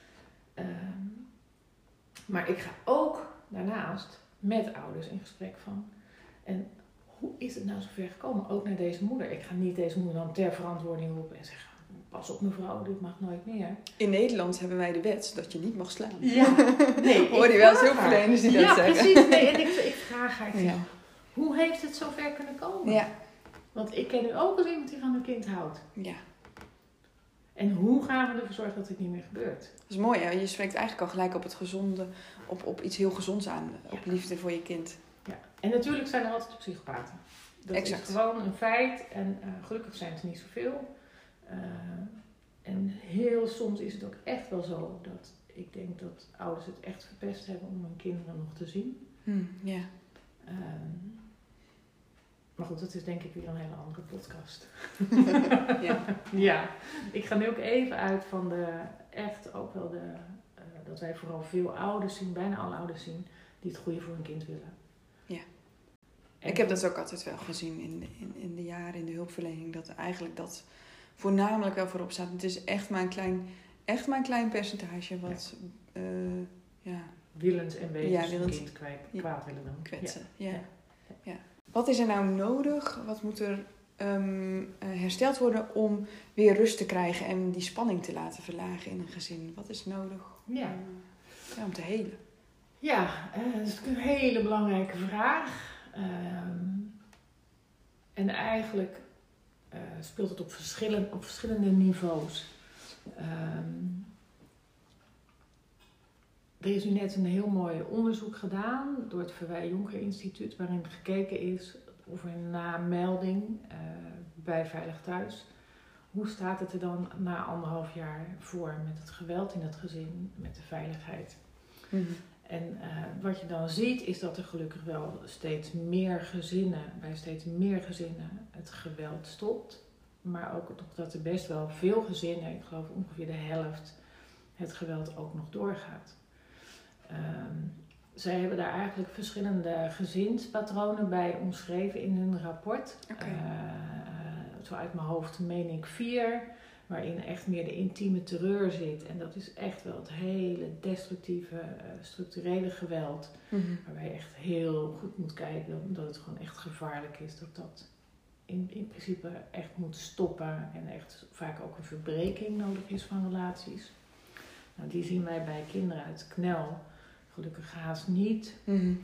S2: Maar ik ga ook daarnaast met ouders in gesprek van. En hoe is het nou zover gekomen? Ook naar deze moeder. Ik ga niet deze moeder dan ter verantwoording roepen en zeggen, pas op mevrouw, dit mag nooit meer.
S1: In Nederland hebben wij de wet dat je niet mag slaan.
S2: Ja, nee.
S1: Hoor je wel eens hulpverleners die dat zeggen?
S2: Ja, precies. Nee, en ik vraag haar, hoe heeft het zover kunnen komen?
S1: Ja.
S2: Want ik ken u ook als iemand die van uw kind houdt.
S1: Ja.
S2: En hoe gaan we ervoor zorgen dat dit niet meer gebeurt?
S1: Dat is mooi, hè? Je spreekt eigenlijk al gelijk op het gezonde, op iets heel gezonds aan. Op liefde voor je kind.
S2: Ja. En natuurlijk zijn er altijd psychopaten. Dat
S1: exact.
S2: is gewoon een feit. En gelukkig zijn het er niet zoveel. En heel soms is het ook echt wel zo dat ik denk dat ouders het echt verpest hebben om hun kinderen nog te zien.
S1: Ja.
S2: Maar goed, dat is denk ik weer een hele andere podcast.
S1: Ja.
S2: Ja, ik ga nu ook even uit van dat wij vooral veel ouders zien, bijna alle ouders zien, die het goede voor hun kind willen.
S1: Ja. En ik heb dat ook altijd wel gezien in de jaren in de hulpverlening, dat eigenlijk dat voornamelijk wel voorop staat. Het is echt maar een klein percentage wat
S2: willens en wetens een kind kwaad willen doen.
S1: Kwetsen. Ja. Wat is er nou nodig? Wat moet er hersteld worden om weer rust te krijgen en die spanning te laten verlagen in een gezin? Wat is nodig om te helen? Ja,
S2: dat is een hele belangrijke vraag. En eigenlijk speelt het op verschillende niveaus. Er is nu net een heel mooi onderzoek gedaan door het Verwij Jonker Instituut, waarin gekeken is of er na melding bij Veilig Thuis, hoe staat het er dan na 1,5 jaar voor met het geweld in het gezin, met de veiligheid.
S1: Mm-hmm.
S2: En wat je dan ziet is dat er gelukkig wel bij steeds meer gezinnen het geweld stopt. Maar ook dat er best wel veel gezinnen, ik geloof ongeveer de helft, het geweld ook nog doorgaat. Zij hebben daar eigenlijk verschillende gezinspatronen bij omschreven in hun rapport.
S1: Okay.
S2: Zo uit mijn hoofd meen ik 4, waarin echt meer de intieme terreur zit. En dat is echt wel het hele destructieve, structurele geweld.
S1: Mm-hmm.
S2: Waarbij je echt heel goed moet kijken, omdat het gewoon echt gevaarlijk is. Dat in principe echt moet stoppen en echt vaak ook een verbreking nodig is van relaties. Nou, die zien wij bij kinderen uit knel gelukkig haast niet.
S1: Mm-hmm.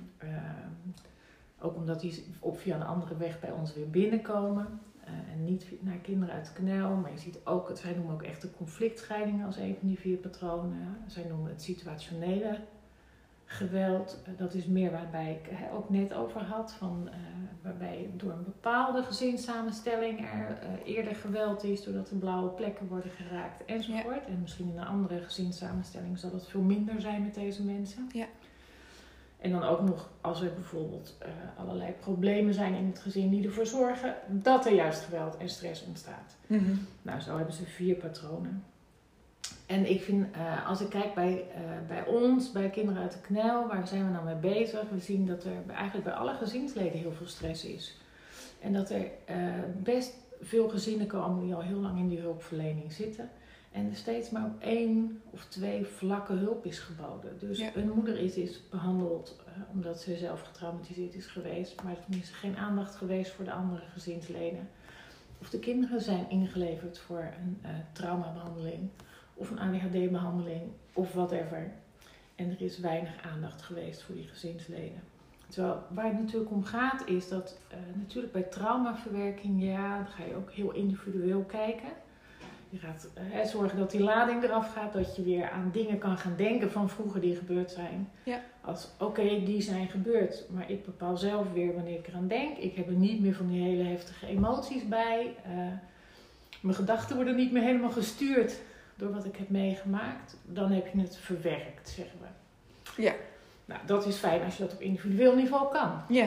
S2: Ook omdat die via een andere weg bij ons weer binnenkomen. En niet naar kinderen uit knel. Maar je ziet ook, zij noemen ook echt de conflictscheidingen als een van die 4 patronen. Zij noemen het situationele geweld. Dat is meer waarbij ik ook net over had. Waarbij door een bepaalde gezinssamenstelling er eerder geweld is. Doordat er blauwe plekken worden geraakt enzovoort. Ja. En misschien in een andere gezinssamenstelling zal het veel minder zijn met deze mensen.
S1: Ja.
S2: En dan ook nog als er bijvoorbeeld allerlei problemen zijn in het gezin die ervoor zorgen dat er juist geweld en stress ontstaat.
S1: Mm-hmm. Nou,
S2: zo hebben ze 4 patronen. En ik vind, als ik kijk bij ons, bij kinderen uit de knel, waar zijn we nou mee bezig? We zien dat er eigenlijk bij alle gezinsleden heel veel stress is. En dat er best veel gezinnen komen die al heel lang in die hulpverlening zitten. En er steeds maar op 1 of 2 vlakke hulp is geboden. Dus een moeder is behandeld omdat ze zelf getraumatiseerd is geweest. Maar er is geen aandacht geweest voor de andere gezinsleden. Of de kinderen zijn ingeleverd voor een traumabehandeling. Of een ADHD-behandeling. Of whatever. En er is weinig aandacht geweest voor die gezinsleden. Terwijl waar het natuurlijk om gaat is dat natuurlijk bij traumaverwerking, dan ga je ook heel individueel kijken. Je gaat zorgen dat die lading eraf gaat, dat je weer aan dingen kan gaan denken van vroeger die gebeurd zijn.
S1: Ja.
S2: Als die zijn gebeurd, maar ik bepaal zelf weer wanneer ik eraan denk. Ik heb er niet meer van die hele heftige emoties bij. Mijn gedachten worden niet meer helemaal gestuurd door wat ik heb meegemaakt. Dan heb je het verwerkt, zeggen we.
S1: Ja.
S2: Nou, dat is fijn als je dat op individueel niveau kan.
S1: Ja.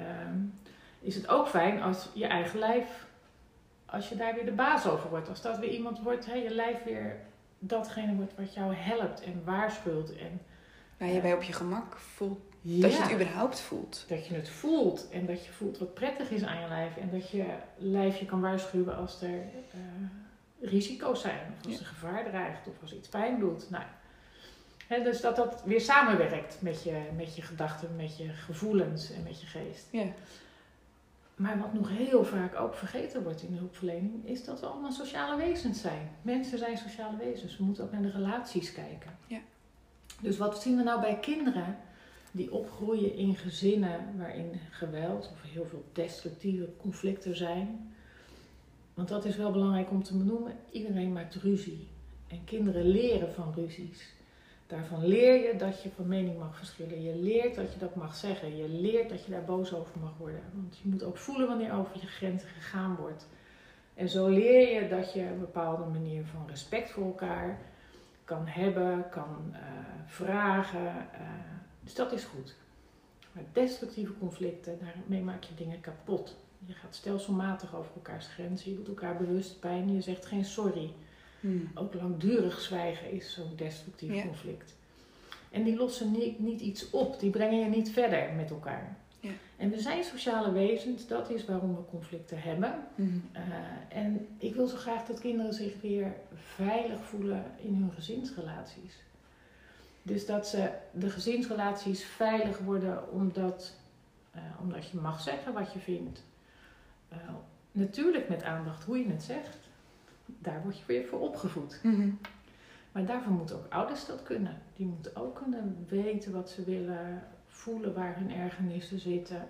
S2: Is het ook fijn als je eigen lijf, als je daar weer de baas over wordt. Als dat weer iemand wordt, je lijf weer datgene wordt wat jou helpt en waarschuwt. En,
S1: waar je bij op je gemak voelt. Dat je het überhaupt voelt.
S2: Dat je het voelt en dat je voelt wat prettig is aan je lijf. En dat je lijf je kan waarschuwen als er risico's zijn. Of als er gevaar dreigt of als iets pijn doet. Nou, dus dat weer samenwerkt met je gedachten, met je gevoelens en met je geest.
S1: Ja.
S2: Maar wat nog heel vaak ook vergeten wordt in de hulpverlening, is dat we allemaal sociale wezens zijn. Mensen zijn sociale wezens. We moeten ook naar de relaties kijken.
S1: Ja.
S2: Dus wat zien we nou bij kinderen die opgroeien in gezinnen waarin geweld of heel veel destructieve conflicten zijn? Want dat is wel belangrijk om te benoemen. Iedereen maakt ruzie. En kinderen leren van ruzies. Daarvan leer je dat je van mening mag verschillen. Je leert dat je dat mag zeggen. Je leert dat je daar boos over mag worden. Want je moet ook voelen wanneer over je grenzen gegaan wordt. En zo leer je dat je een bepaalde manier van respect voor elkaar kan hebben, kan vragen. Dus dat is goed. Maar destructieve conflicten, daarmee maak je dingen kapot. Je gaat stelselmatig over elkaars grenzen. Je doet elkaar bewust pijn. Je zegt geen sorry. Ook langdurig zwijgen is zo'n destructief conflict. En die lossen niet iets op. Die brengen je niet verder met elkaar. Ja. En we zijn sociale wezens. Dat is waarom we conflicten hebben. En ik wil zo graag dat kinderen zich weer veilig voelen in hun gezinsrelaties. Dus dat ze de gezinsrelaties veilig worden omdat je mag zeggen wat je vindt. Natuurlijk met aandacht hoe je het zegt. Daar word je weer voor opgevoed. Maar daarvoor moeten ook ouders dat kunnen. Die moeten ook kunnen weten wat ze willen, voelen waar hun ergernissen zitten.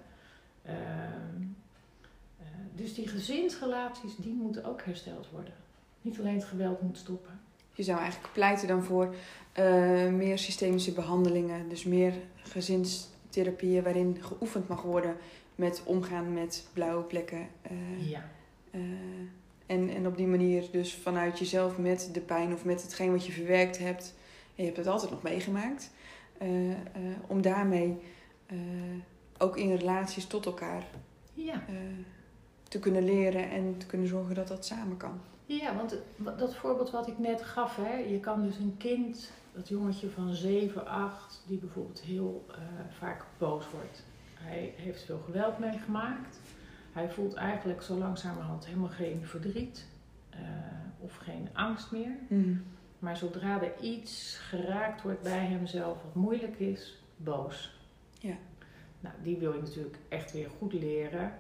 S2: Dus die gezinsrelaties, die moeten ook hersteld worden. Niet alleen het geweld moet stoppen.
S1: Je zou eigenlijk pleiten dan voor meer systemische behandelingen. Dus meer gezinstherapieën waarin geoefend mag worden met omgaan met blauwe plekken. En op die manier dus vanuit jezelf met de pijn of met hetgeen wat je verwerkt hebt. En je hebt het altijd nog meegemaakt. Om daarmee ook in relaties tot elkaar te kunnen leren en te kunnen zorgen dat dat samen kan.
S2: Ja, want dat voorbeeld wat ik net gaf, hè, je kan dus een kind, dat jongetje van 7, 8, die bijvoorbeeld heel vaak boos wordt. Hij heeft veel geweld meegemaakt. Hij voelt eigenlijk zo langzamerhand helemaal geen verdriet of geen angst meer. Maar zodra er iets geraakt wordt bij hemzelf wat moeilijk is, boos. Ja. Nou, die wil je natuurlijk echt weer goed leren.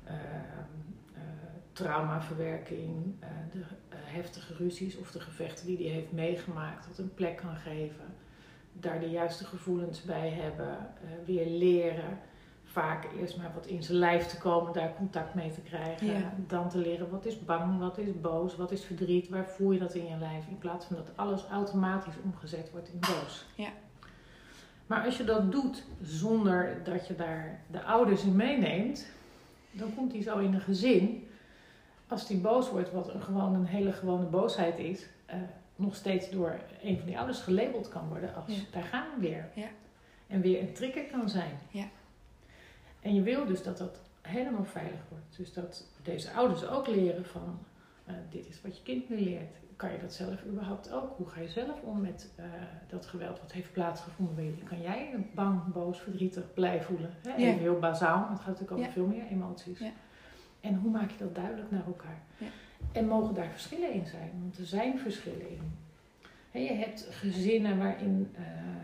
S2: Traumaverwerking, de heftige ruzies of de gevechten die hij heeft meegemaakt, dat een plek kan geven. Daar de juiste gevoelens bij hebben, weer leren. Vaak eerst maar wat in zijn lijf te komen, daar contact mee te krijgen. Ja. Dan te leren wat is bang, wat is boos, wat is verdriet, waar voel je dat in je lijf. In plaats van dat alles automatisch omgezet wordt in boos. Ja. Maar als je dat doet zonder dat je daar de ouders in meeneemt, dan komt hij zo in een gezin. Als die boos wordt, wat een hele gewone boosheid is, nog steeds door een van die ouders gelabeld kan worden als daar gaan we weer. Ja. En weer een trigger kan zijn. Ja. En je wil dus dat dat helemaal veilig wordt. Dus dat deze ouders ook leren van, dit is wat je kind nu leert. Kan je dat zelf überhaupt ook? Hoe ga je zelf om met dat geweld wat heeft plaatsgevonden bij jullie? Kan jij bang, boos, verdrietig, blij voelen? Hè? Even heel bazaal, want het gaat natuurlijk over veel meer emoties. Ja. En hoe maak je dat duidelijk naar elkaar? Ja. En mogen daar verschillen in zijn? Want er zijn verschillen in. Je hebt gezinnen waarin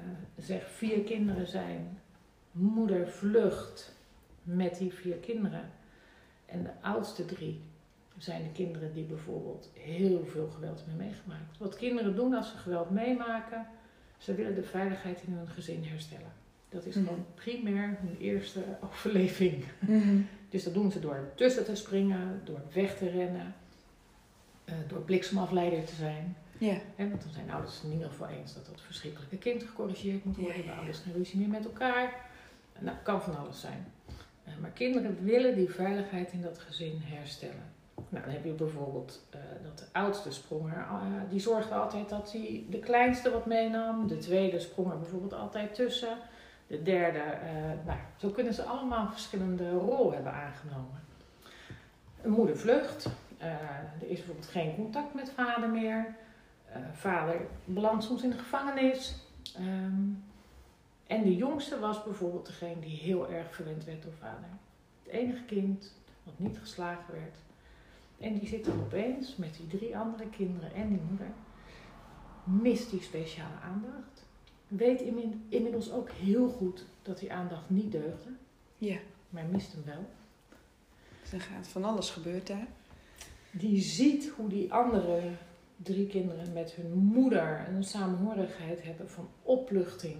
S2: 4 kinderen zijn. Moeder vlucht met die 4 kinderen. En de oudste 3 zijn de kinderen die bijvoorbeeld heel veel geweld hebben meegemaakt. Wat kinderen doen als ze geweld meemaken, ze willen de veiligheid in hun gezin herstellen. Dat is gewoon primair hun eerste overleving. Dus dat doen ze door tussen te springen, door weg te rennen, door bliksemafleider te zijn. Yeah. Want dan zijn ouders het in ieder geval eens dat dat verschrikkelijke kind gecorrigeerd moet worden. De ouders geen ruzie meer met elkaar. Nou, kan van alles zijn. Maar kinderen willen die veiligheid in dat gezin herstellen. Nou, dan heb je bijvoorbeeld dat de oudste sprong die zorgde altijd dat hij de kleinste wat meenam. De tweede sprong er bijvoorbeeld altijd tussen. De derde, zo kunnen ze allemaal een verschillende rol hebben aangenomen. Een moeder vlucht. Er is bijvoorbeeld geen contact met vader meer. Vader belandt soms in de gevangenis. En de jongste was bijvoorbeeld degene die heel erg verwend werd door vader. Het enige kind wat niet geslagen werd. En die zit dan opeens met die 3 andere kinderen en die moeder. Mist die speciale aandacht. Weet inmiddels ook heel goed dat die aandacht niet deugde.
S1: Ja.
S2: Maar mist hem wel.
S1: Dus er gaat van alles gebeurd daar. Die
S2: ziet hoe die andere 3 kinderen met hun moeder een samenhorigheid hebben van opluchting.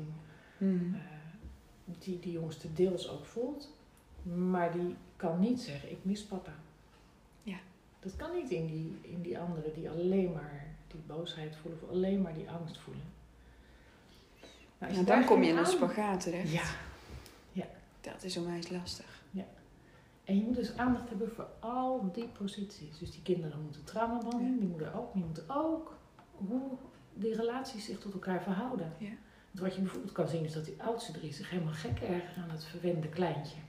S2: Die die jongste deels ook voelt. Maar die kan niet zeggen, ik mis papa.
S1: Ja.
S2: Dat kan niet in die anderen die alleen maar die boosheid voelen. Of alleen maar die angst voelen. Nou,
S1: dan kom je in een spagaat terecht.
S2: Ja. Ja.
S1: Dat is onwijs lastig.
S2: Ja. En je moet dus aandacht hebben voor al die posities. Dus die kinderen moeten trauma behandelen. Ja. Die moeten ook hoe die relaties zich tot elkaar verhouden.
S1: Ja.
S2: Want wat je bijvoorbeeld kan zien is dat die oudste 3 zich helemaal gek ergeren aan het verwende kleintje.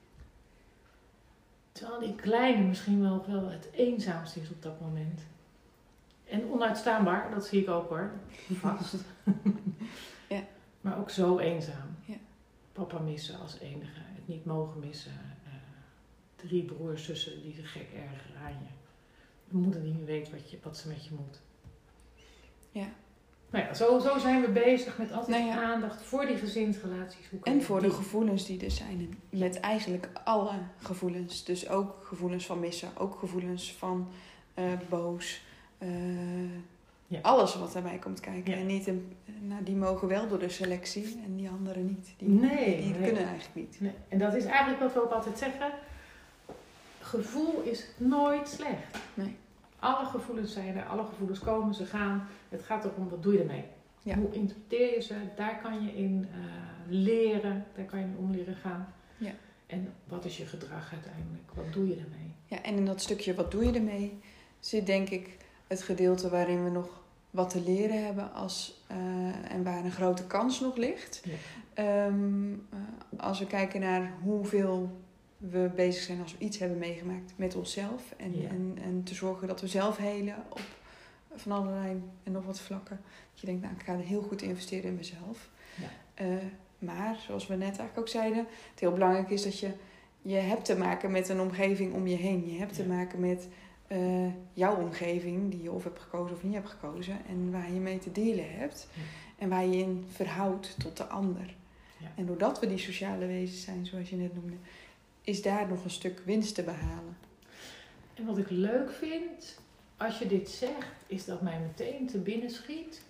S2: Terwijl die kleine misschien wel het eenzaamste is op dat moment. En onuitstaanbaar, dat zie ik ook hoor. Vast.
S1: Ja.
S2: Maar ook zo eenzaam.
S1: Ja.
S2: Papa missen als enige. Het niet mogen missen. 3 broers, zussen die zich gek ergeren aan je. De moeder die niet weet wat ze met je moet.
S1: Ja.
S2: Nou ja, zo zijn we bezig met altijd aandacht voor die gezinsrelaties.
S1: En voor de gevoelens die er zijn. Met eigenlijk alle gevoelens. Dus ook gevoelens van missen. Ook gevoelens van boos. Alles wat daarbij komt kijken. Ja. En niet die mogen wel door de selectie en die anderen niet. Die kunnen eigenlijk niet.
S2: Nee. En dat is eigenlijk wat we ook altijd zeggen. Gevoel is nooit slecht.
S1: Nee.
S2: Alle gevoelens zijn er, alle gevoelens komen, ze gaan. Het gaat erom, wat doe je ermee? Ja. Hoe interpreteer je ze? Daar kan je in leren, daar kan je in om leren gaan.
S1: Ja.
S2: En wat is je gedrag uiteindelijk? Wat doe je ermee?
S1: Ja, en in dat stukje wat doe je ermee zit denk ik het gedeelte waarin we nog wat te leren hebben en waar een grote kans nog ligt. Ja. Als we kijken naar hoeveel we bezig zijn als we iets hebben meegemaakt met onszelf. En te zorgen dat we zelf helen op van allerlei en nog wat vlakken. Dat je denkt, ik ga er heel goed investeren in mezelf. Ja. Maar, zoals we net eigenlijk ook zeiden, het heel belangrijk is dat je hebt te maken met een omgeving om je heen. Je hebt te maken met jouw omgeving, die je of hebt gekozen of niet hebt gekozen. En waar je mee te delen hebt. Ja. En waar je in verhoudt tot de ander. Ja. En doordat we die sociale wezens zijn, zoals je net noemde, is daar nog een stuk winst te behalen.
S2: En wat ik leuk vind, als je dit zegt, is dat mij meteen te binnen schiet.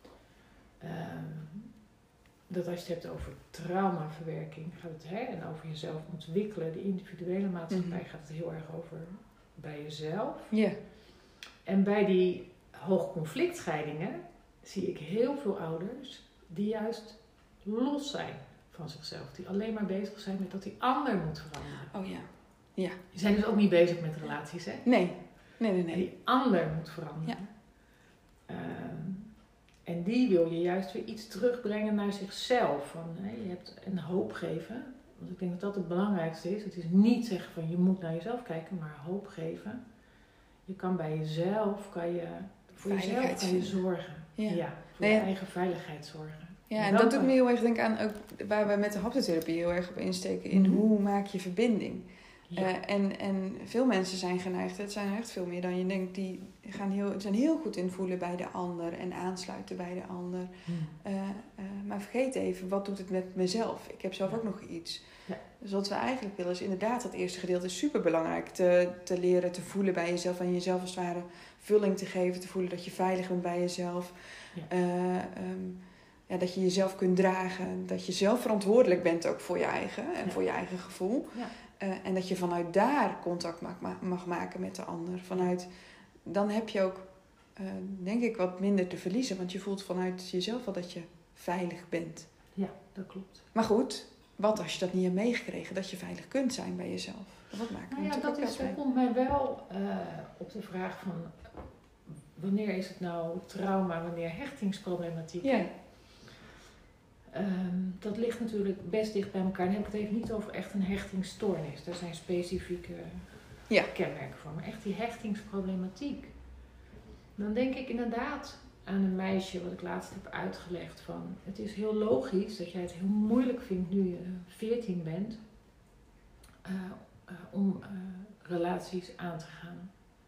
S2: Dat als je het hebt over traumaverwerking, gaat het en over jezelf ontwikkelen. De individuele maatschappij gaat het heel erg over bij jezelf.
S1: Yeah.
S2: En bij die hoogconflictscheidingen zie ik heel veel ouders die juist los zijn van zichzelf. Die alleen maar bezig zijn met dat die ander moet veranderen.
S1: Oh ja. Ja.
S2: Die zijn dus ook niet bezig met relaties, hè?
S1: Nee.
S2: Die ander moet veranderen. Ja. En die wil je juist weer iets terugbrengen naar zichzelf. Je hebt een hoop geven. Want ik denk dat dat het belangrijkste is. Het is niet zeggen van je moet naar jezelf kijken, maar hoop geven. Je kan bij jezelf, voor jezelf kan je zorgen. Ja, voor je eigen veiligheid zorgen.
S1: Ja, en dat doet me heel erg denken aan ook waar we met de haptotherapie heel erg op insteken. In hoe maak je verbinding. Ja. En veel mensen zijn geneigd, het zijn echt veel meer dan je denkt, die zijn heel goed in voelen bij de ander en aansluiten bij de ander. Maar vergeet even, wat doet het met mezelf? Ik heb zelf ook nog iets. Ja. Dus wat we eigenlijk willen is inderdaad, dat eerste gedeelte is super belangrijk. Te leren te voelen bij jezelf en jezelf als het ware vulling te geven. Te voelen dat je veilig bent bij jezelf. Ja. Dat je jezelf kunt dragen. Dat je zelf verantwoordelijk bent ook voor je eigen en voor je eigen gevoel. Ja. En dat je vanuit daar contact mag maken met de ander. Dan heb je ook, denk ik, wat minder te verliezen. Want je voelt vanuit jezelf wel dat je veilig bent.
S2: Ja, dat klopt.
S1: Maar goed, wat als je dat niet hebt meegekregen? Dat je veilig kunt zijn bij jezelf. Dat maakt
S2: dat komt mij wel op de vraag van... Wanneer is het nou trauma, wanneer hechtingsproblematiek?
S1: Ja.
S2: Dat ligt natuurlijk best dicht bij elkaar. Dan heb ik het even niet over echt een hechtingsstoornis. Daar zijn specifieke kenmerken voor. Maar echt die hechtingsproblematiek. Dan denk ik inderdaad aan een meisje, wat ik laatst heb uitgelegd, van het is heel logisch dat jij het heel moeilijk vindt nu je 14 bent, om relaties aan te gaan.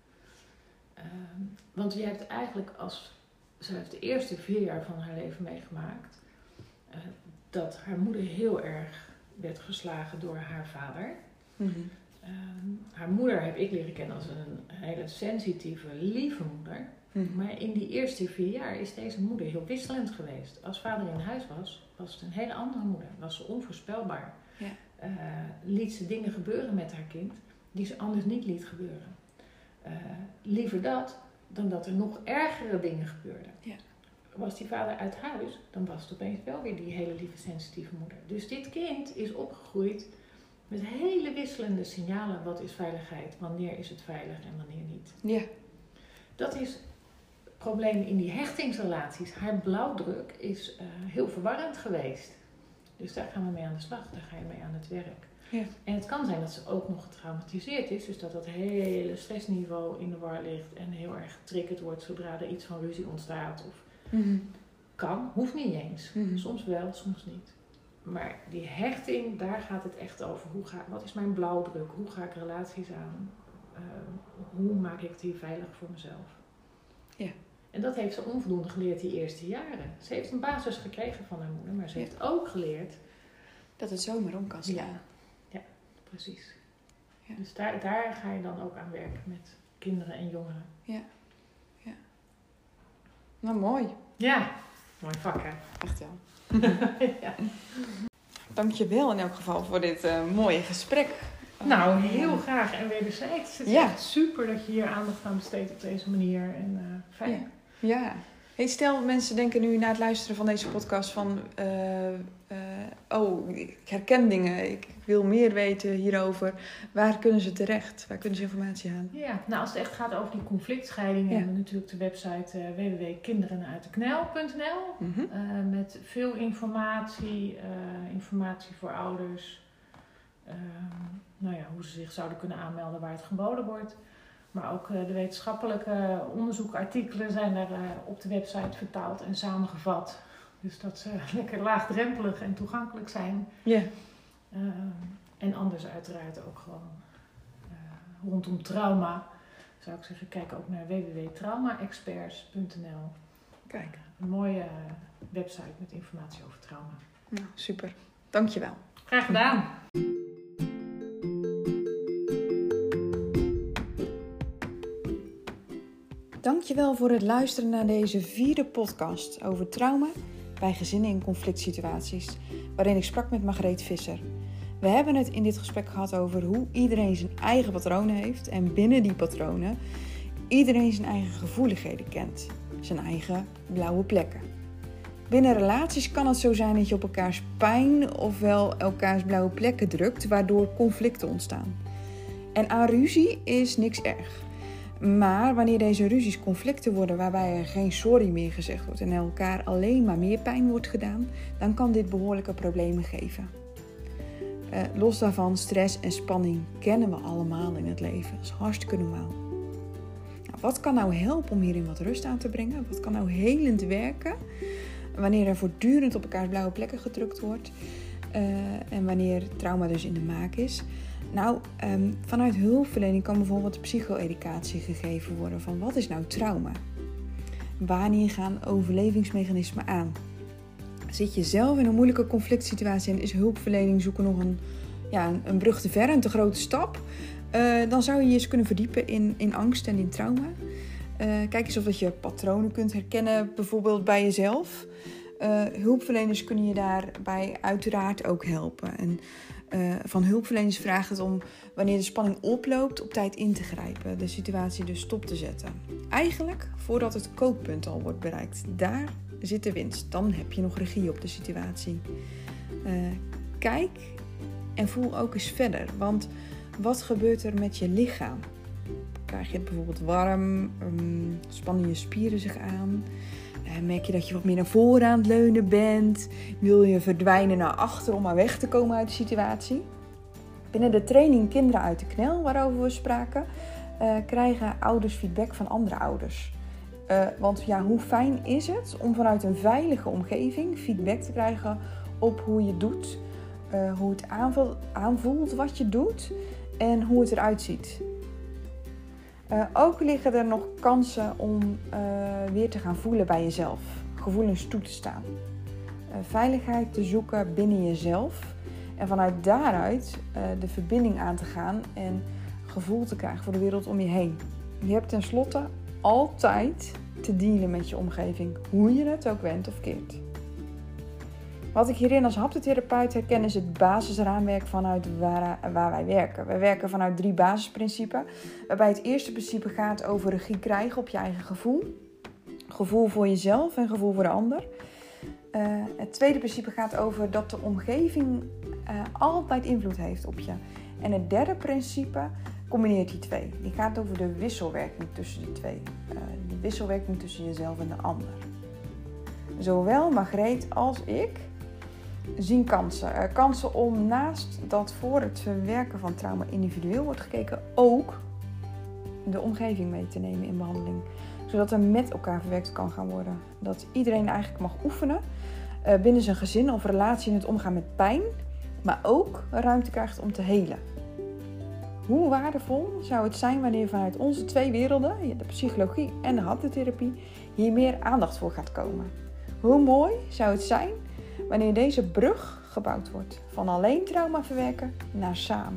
S2: Want jij hebt eigenlijk zij heeft de eerste 4 jaar van haar leven meegemaakt, dat haar moeder heel erg werd geslagen door haar vader.
S1: Mm-hmm.
S2: Haar moeder heb ik leren kennen als een hele sensitieve, lieve moeder.
S1: Mm-hmm.
S2: Maar in die eerste 4 jaar is deze moeder heel wisselend geweest. Als vader in huis was het een hele andere moeder. Was ze onvoorspelbaar.
S1: Ja.
S2: Liet ze dingen gebeuren met haar kind die ze anders niet liet gebeuren. Liever dat dan dat er nog ergere dingen gebeurden.
S1: Ja.
S2: Was die vader uit huis, dan was het opeens wel weer die hele lieve, sensitieve moeder. Dus dit kind is opgegroeid met hele wisselende signalen. Wat is veiligheid? Wanneer is het veilig en wanneer niet?
S1: Ja.
S2: Dat is het probleem in die hechtingsrelaties. Haar blauwdruk is heel verwarrend geweest. Dus daar gaan we mee aan de slag. Daar ga je mee aan het werk.
S1: Ja.
S2: En het kan zijn dat ze ook nog getraumatiseerd is. Dus dat hele stressniveau in de war ligt. En heel erg getriggerd wordt zodra er iets van ruzie ontstaat. Of
S1: Mm-hmm.
S2: kan, hoeft niet eens.
S1: Mm-hmm.
S2: Soms wel, soms niet. Maar die hechting, daar gaat het echt over. Wat is mijn blauwdruk? Hoe ga ik relaties aan? Hoe maak ik die veilig voor mezelf?
S1: Ja.
S2: En dat heeft ze onvoldoende geleerd die eerste jaren. Ze heeft een basis gekregen van haar moeder, maar ze heeft ook geleerd
S1: Dat het zomaar om kan slaan.
S2: Ja, precies.
S1: Ja.
S2: Dus daar ga je dan ook aan werken met kinderen en jongeren.
S1: Ja. Nou, mooi.
S2: Ja, mooi vak hè.
S1: Echt wel.
S2: Ja.
S1: Dankjewel in elk geval voor dit mooie gesprek.
S2: Nou, heel graag en wederzijds. Het is
S1: Ja.
S2: echt super dat je hier aandacht aan besteedt op deze manier. En fijn.
S1: Ja. Hey, stel, mensen denken nu na het luisteren van deze podcast van... ik herken dingen, ik wil meer weten hierover. Waar kunnen ze terecht? Waar kunnen ze informatie halen?
S2: Ja, nou als het echt gaat over die conflictscheiding...
S1: Ja.
S2: hebben we natuurlijk de website www.kinderenuiteknel.
S1: Mm-hmm.
S2: Met veel informatie, informatie voor ouders... hoe ze zich zouden kunnen aanmelden waar het geboden wordt. Maar ook de wetenschappelijke onderzoekartikelen zijn er op de website vertaald en samengevat. Dus dat ze lekker laagdrempelig en toegankelijk zijn.
S1: Ja.
S2: En anders uiteraard ook gewoon rondom trauma. Zou ik zeggen, kijk ook naar www.traumaexperts.nl.
S1: Kijk.
S2: Een mooie website met informatie over trauma.
S1: Nou, super. Dankjewel.
S2: Graag gedaan.
S1: Dankjewel voor het luisteren naar deze 4e podcast over trauma bij gezinnen in conflict situaties, waarin ik sprak met Margreet Visser. We hebben het in dit gesprek gehad over hoe iedereen zijn eigen patronen heeft en binnen die patronen iedereen zijn eigen gevoeligheden kent, zijn eigen blauwe plekken. Binnen relaties kan het zo zijn dat je op elkaars pijn ofwel elkaars blauwe plekken drukt, waardoor conflicten ontstaan. En aan ruzie is niks erg. Maar wanneer deze ruzies conflicten worden waarbij er geen sorry meer gezegd wordt en elkaar alleen maar meer pijn wordt gedaan, dan kan dit behoorlijke problemen geven. Los daarvan, stress en spanning kennen we allemaal in het leven. Dat is hartstikke normaal. Nou, wat kan nou helpen om hierin wat rust aan te brengen? Wat kan nou helend werken wanneer er voortdurend op elkaars blauwe plekken gedrukt wordt en wanneer trauma dus in de maak is? Nou, vanuit hulpverlening kan bijvoorbeeld psycho-educatie gegeven worden van wat is nou trauma? Wanneer gaan overlevingsmechanismen aan? Zit je zelf in een moeilijke conflict situatie en is hulpverlening zoeken nog een brug te ver, een te grote stap? Dan zou je je eens kunnen verdiepen in angst en in trauma. Kijk eens of dat je patronen kunt herkennen, bijvoorbeeld bij jezelf. Hulpverleners kunnen je daarbij uiteraard ook helpen. En van hulpverleners vraagt het om, wanneer de spanning oploopt, op tijd in te grijpen. De situatie dus stop te zetten. Eigenlijk voordat het kookpunt al wordt bereikt. Daar zit de winst. Dan heb je nog regie op de situatie. Kijk en voel ook eens verder. Want wat gebeurt er met je lichaam? Krijg je het bijvoorbeeld warm? Spannen je spieren zich aan? Merk je dat je wat meer naar voren aan het leunen bent? Wil je verdwijnen naar achter om maar weg te komen uit de situatie? Binnen de training Kinderen uit de Knel, waarover we spraken, krijgen ouders feedback van andere ouders. Want ja, hoe fijn is het om vanuit een veilige omgeving feedback te krijgen op hoe je doet, hoe het aanvoelt wat je doet en hoe het eruit ziet. Ook liggen er nog kansen om weer te gaan voelen bij jezelf, gevoelens toe te staan. Veiligheid te zoeken binnen jezelf en vanuit daaruit de verbinding aan te gaan en gevoel te krijgen voor de wereld om je heen. Je hebt tenslotte altijd te dealen met je omgeving, hoe je het ook wendt of keert. Wat ik hierin als haptotherapeut herken is het basisraamwerk vanuit waar wij werken. Wij werken vanuit 3 basisprincipes, waarbij het eerste principe gaat over regie krijgen op je eigen gevoel. Gevoel voor jezelf en gevoel voor de ander. Het tweede principe gaat over dat de omgeving altijd invloed heeft op je. En het derde principe combineert die 2. Die gaat over de wisselwerking tussen die 2. De wisselwerking tussen jezelf en de ander. Zowel Margreet als ik zien kansen. Kansen om naast dat voor het verwerken van trauma individueel wordt gekeken, ook de omgeving mee te nemen in behandeling. Zodat er met elkaar verwerkt kan gaan worden. Dat iedereen eigenlijk mag oefenen binnen zijn gezin of relatie in het omgaan met pijn, maar ook ruimte krijgt om te helen. Hoe waardevol zou het zijn wanneer vanuit onze 2 werelden, de psychologie en de haptotherapie, hier meer aandacht voor gaat komen? Hoe mooi zou het zijn wanneer deze brug gebouwd wordt van alleen trauma verwerken naar samen?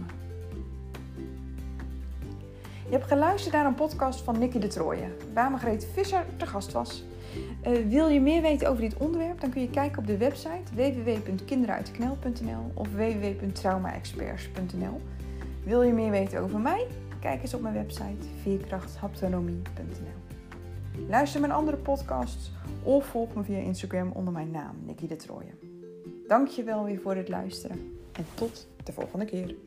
S1: Je hebt geluisterd naar een podcast van Nikki de Trooijen, waar Margreet Visser te gast was. Wil je meer weten over dit onderwerp, dan kun je kijken op de website www.kinderuitknel.nl of www.traumaexperts.nl. Wil je meer weten over mij? Kijk eens op mijn website veerkrachthaptonomie.nl. Luister mijn andere podcasts of volg me via Instagram onder mijn naam, Nikki de Trooijen. Dank je wel weer voor het luisteren en tot de volgende keer.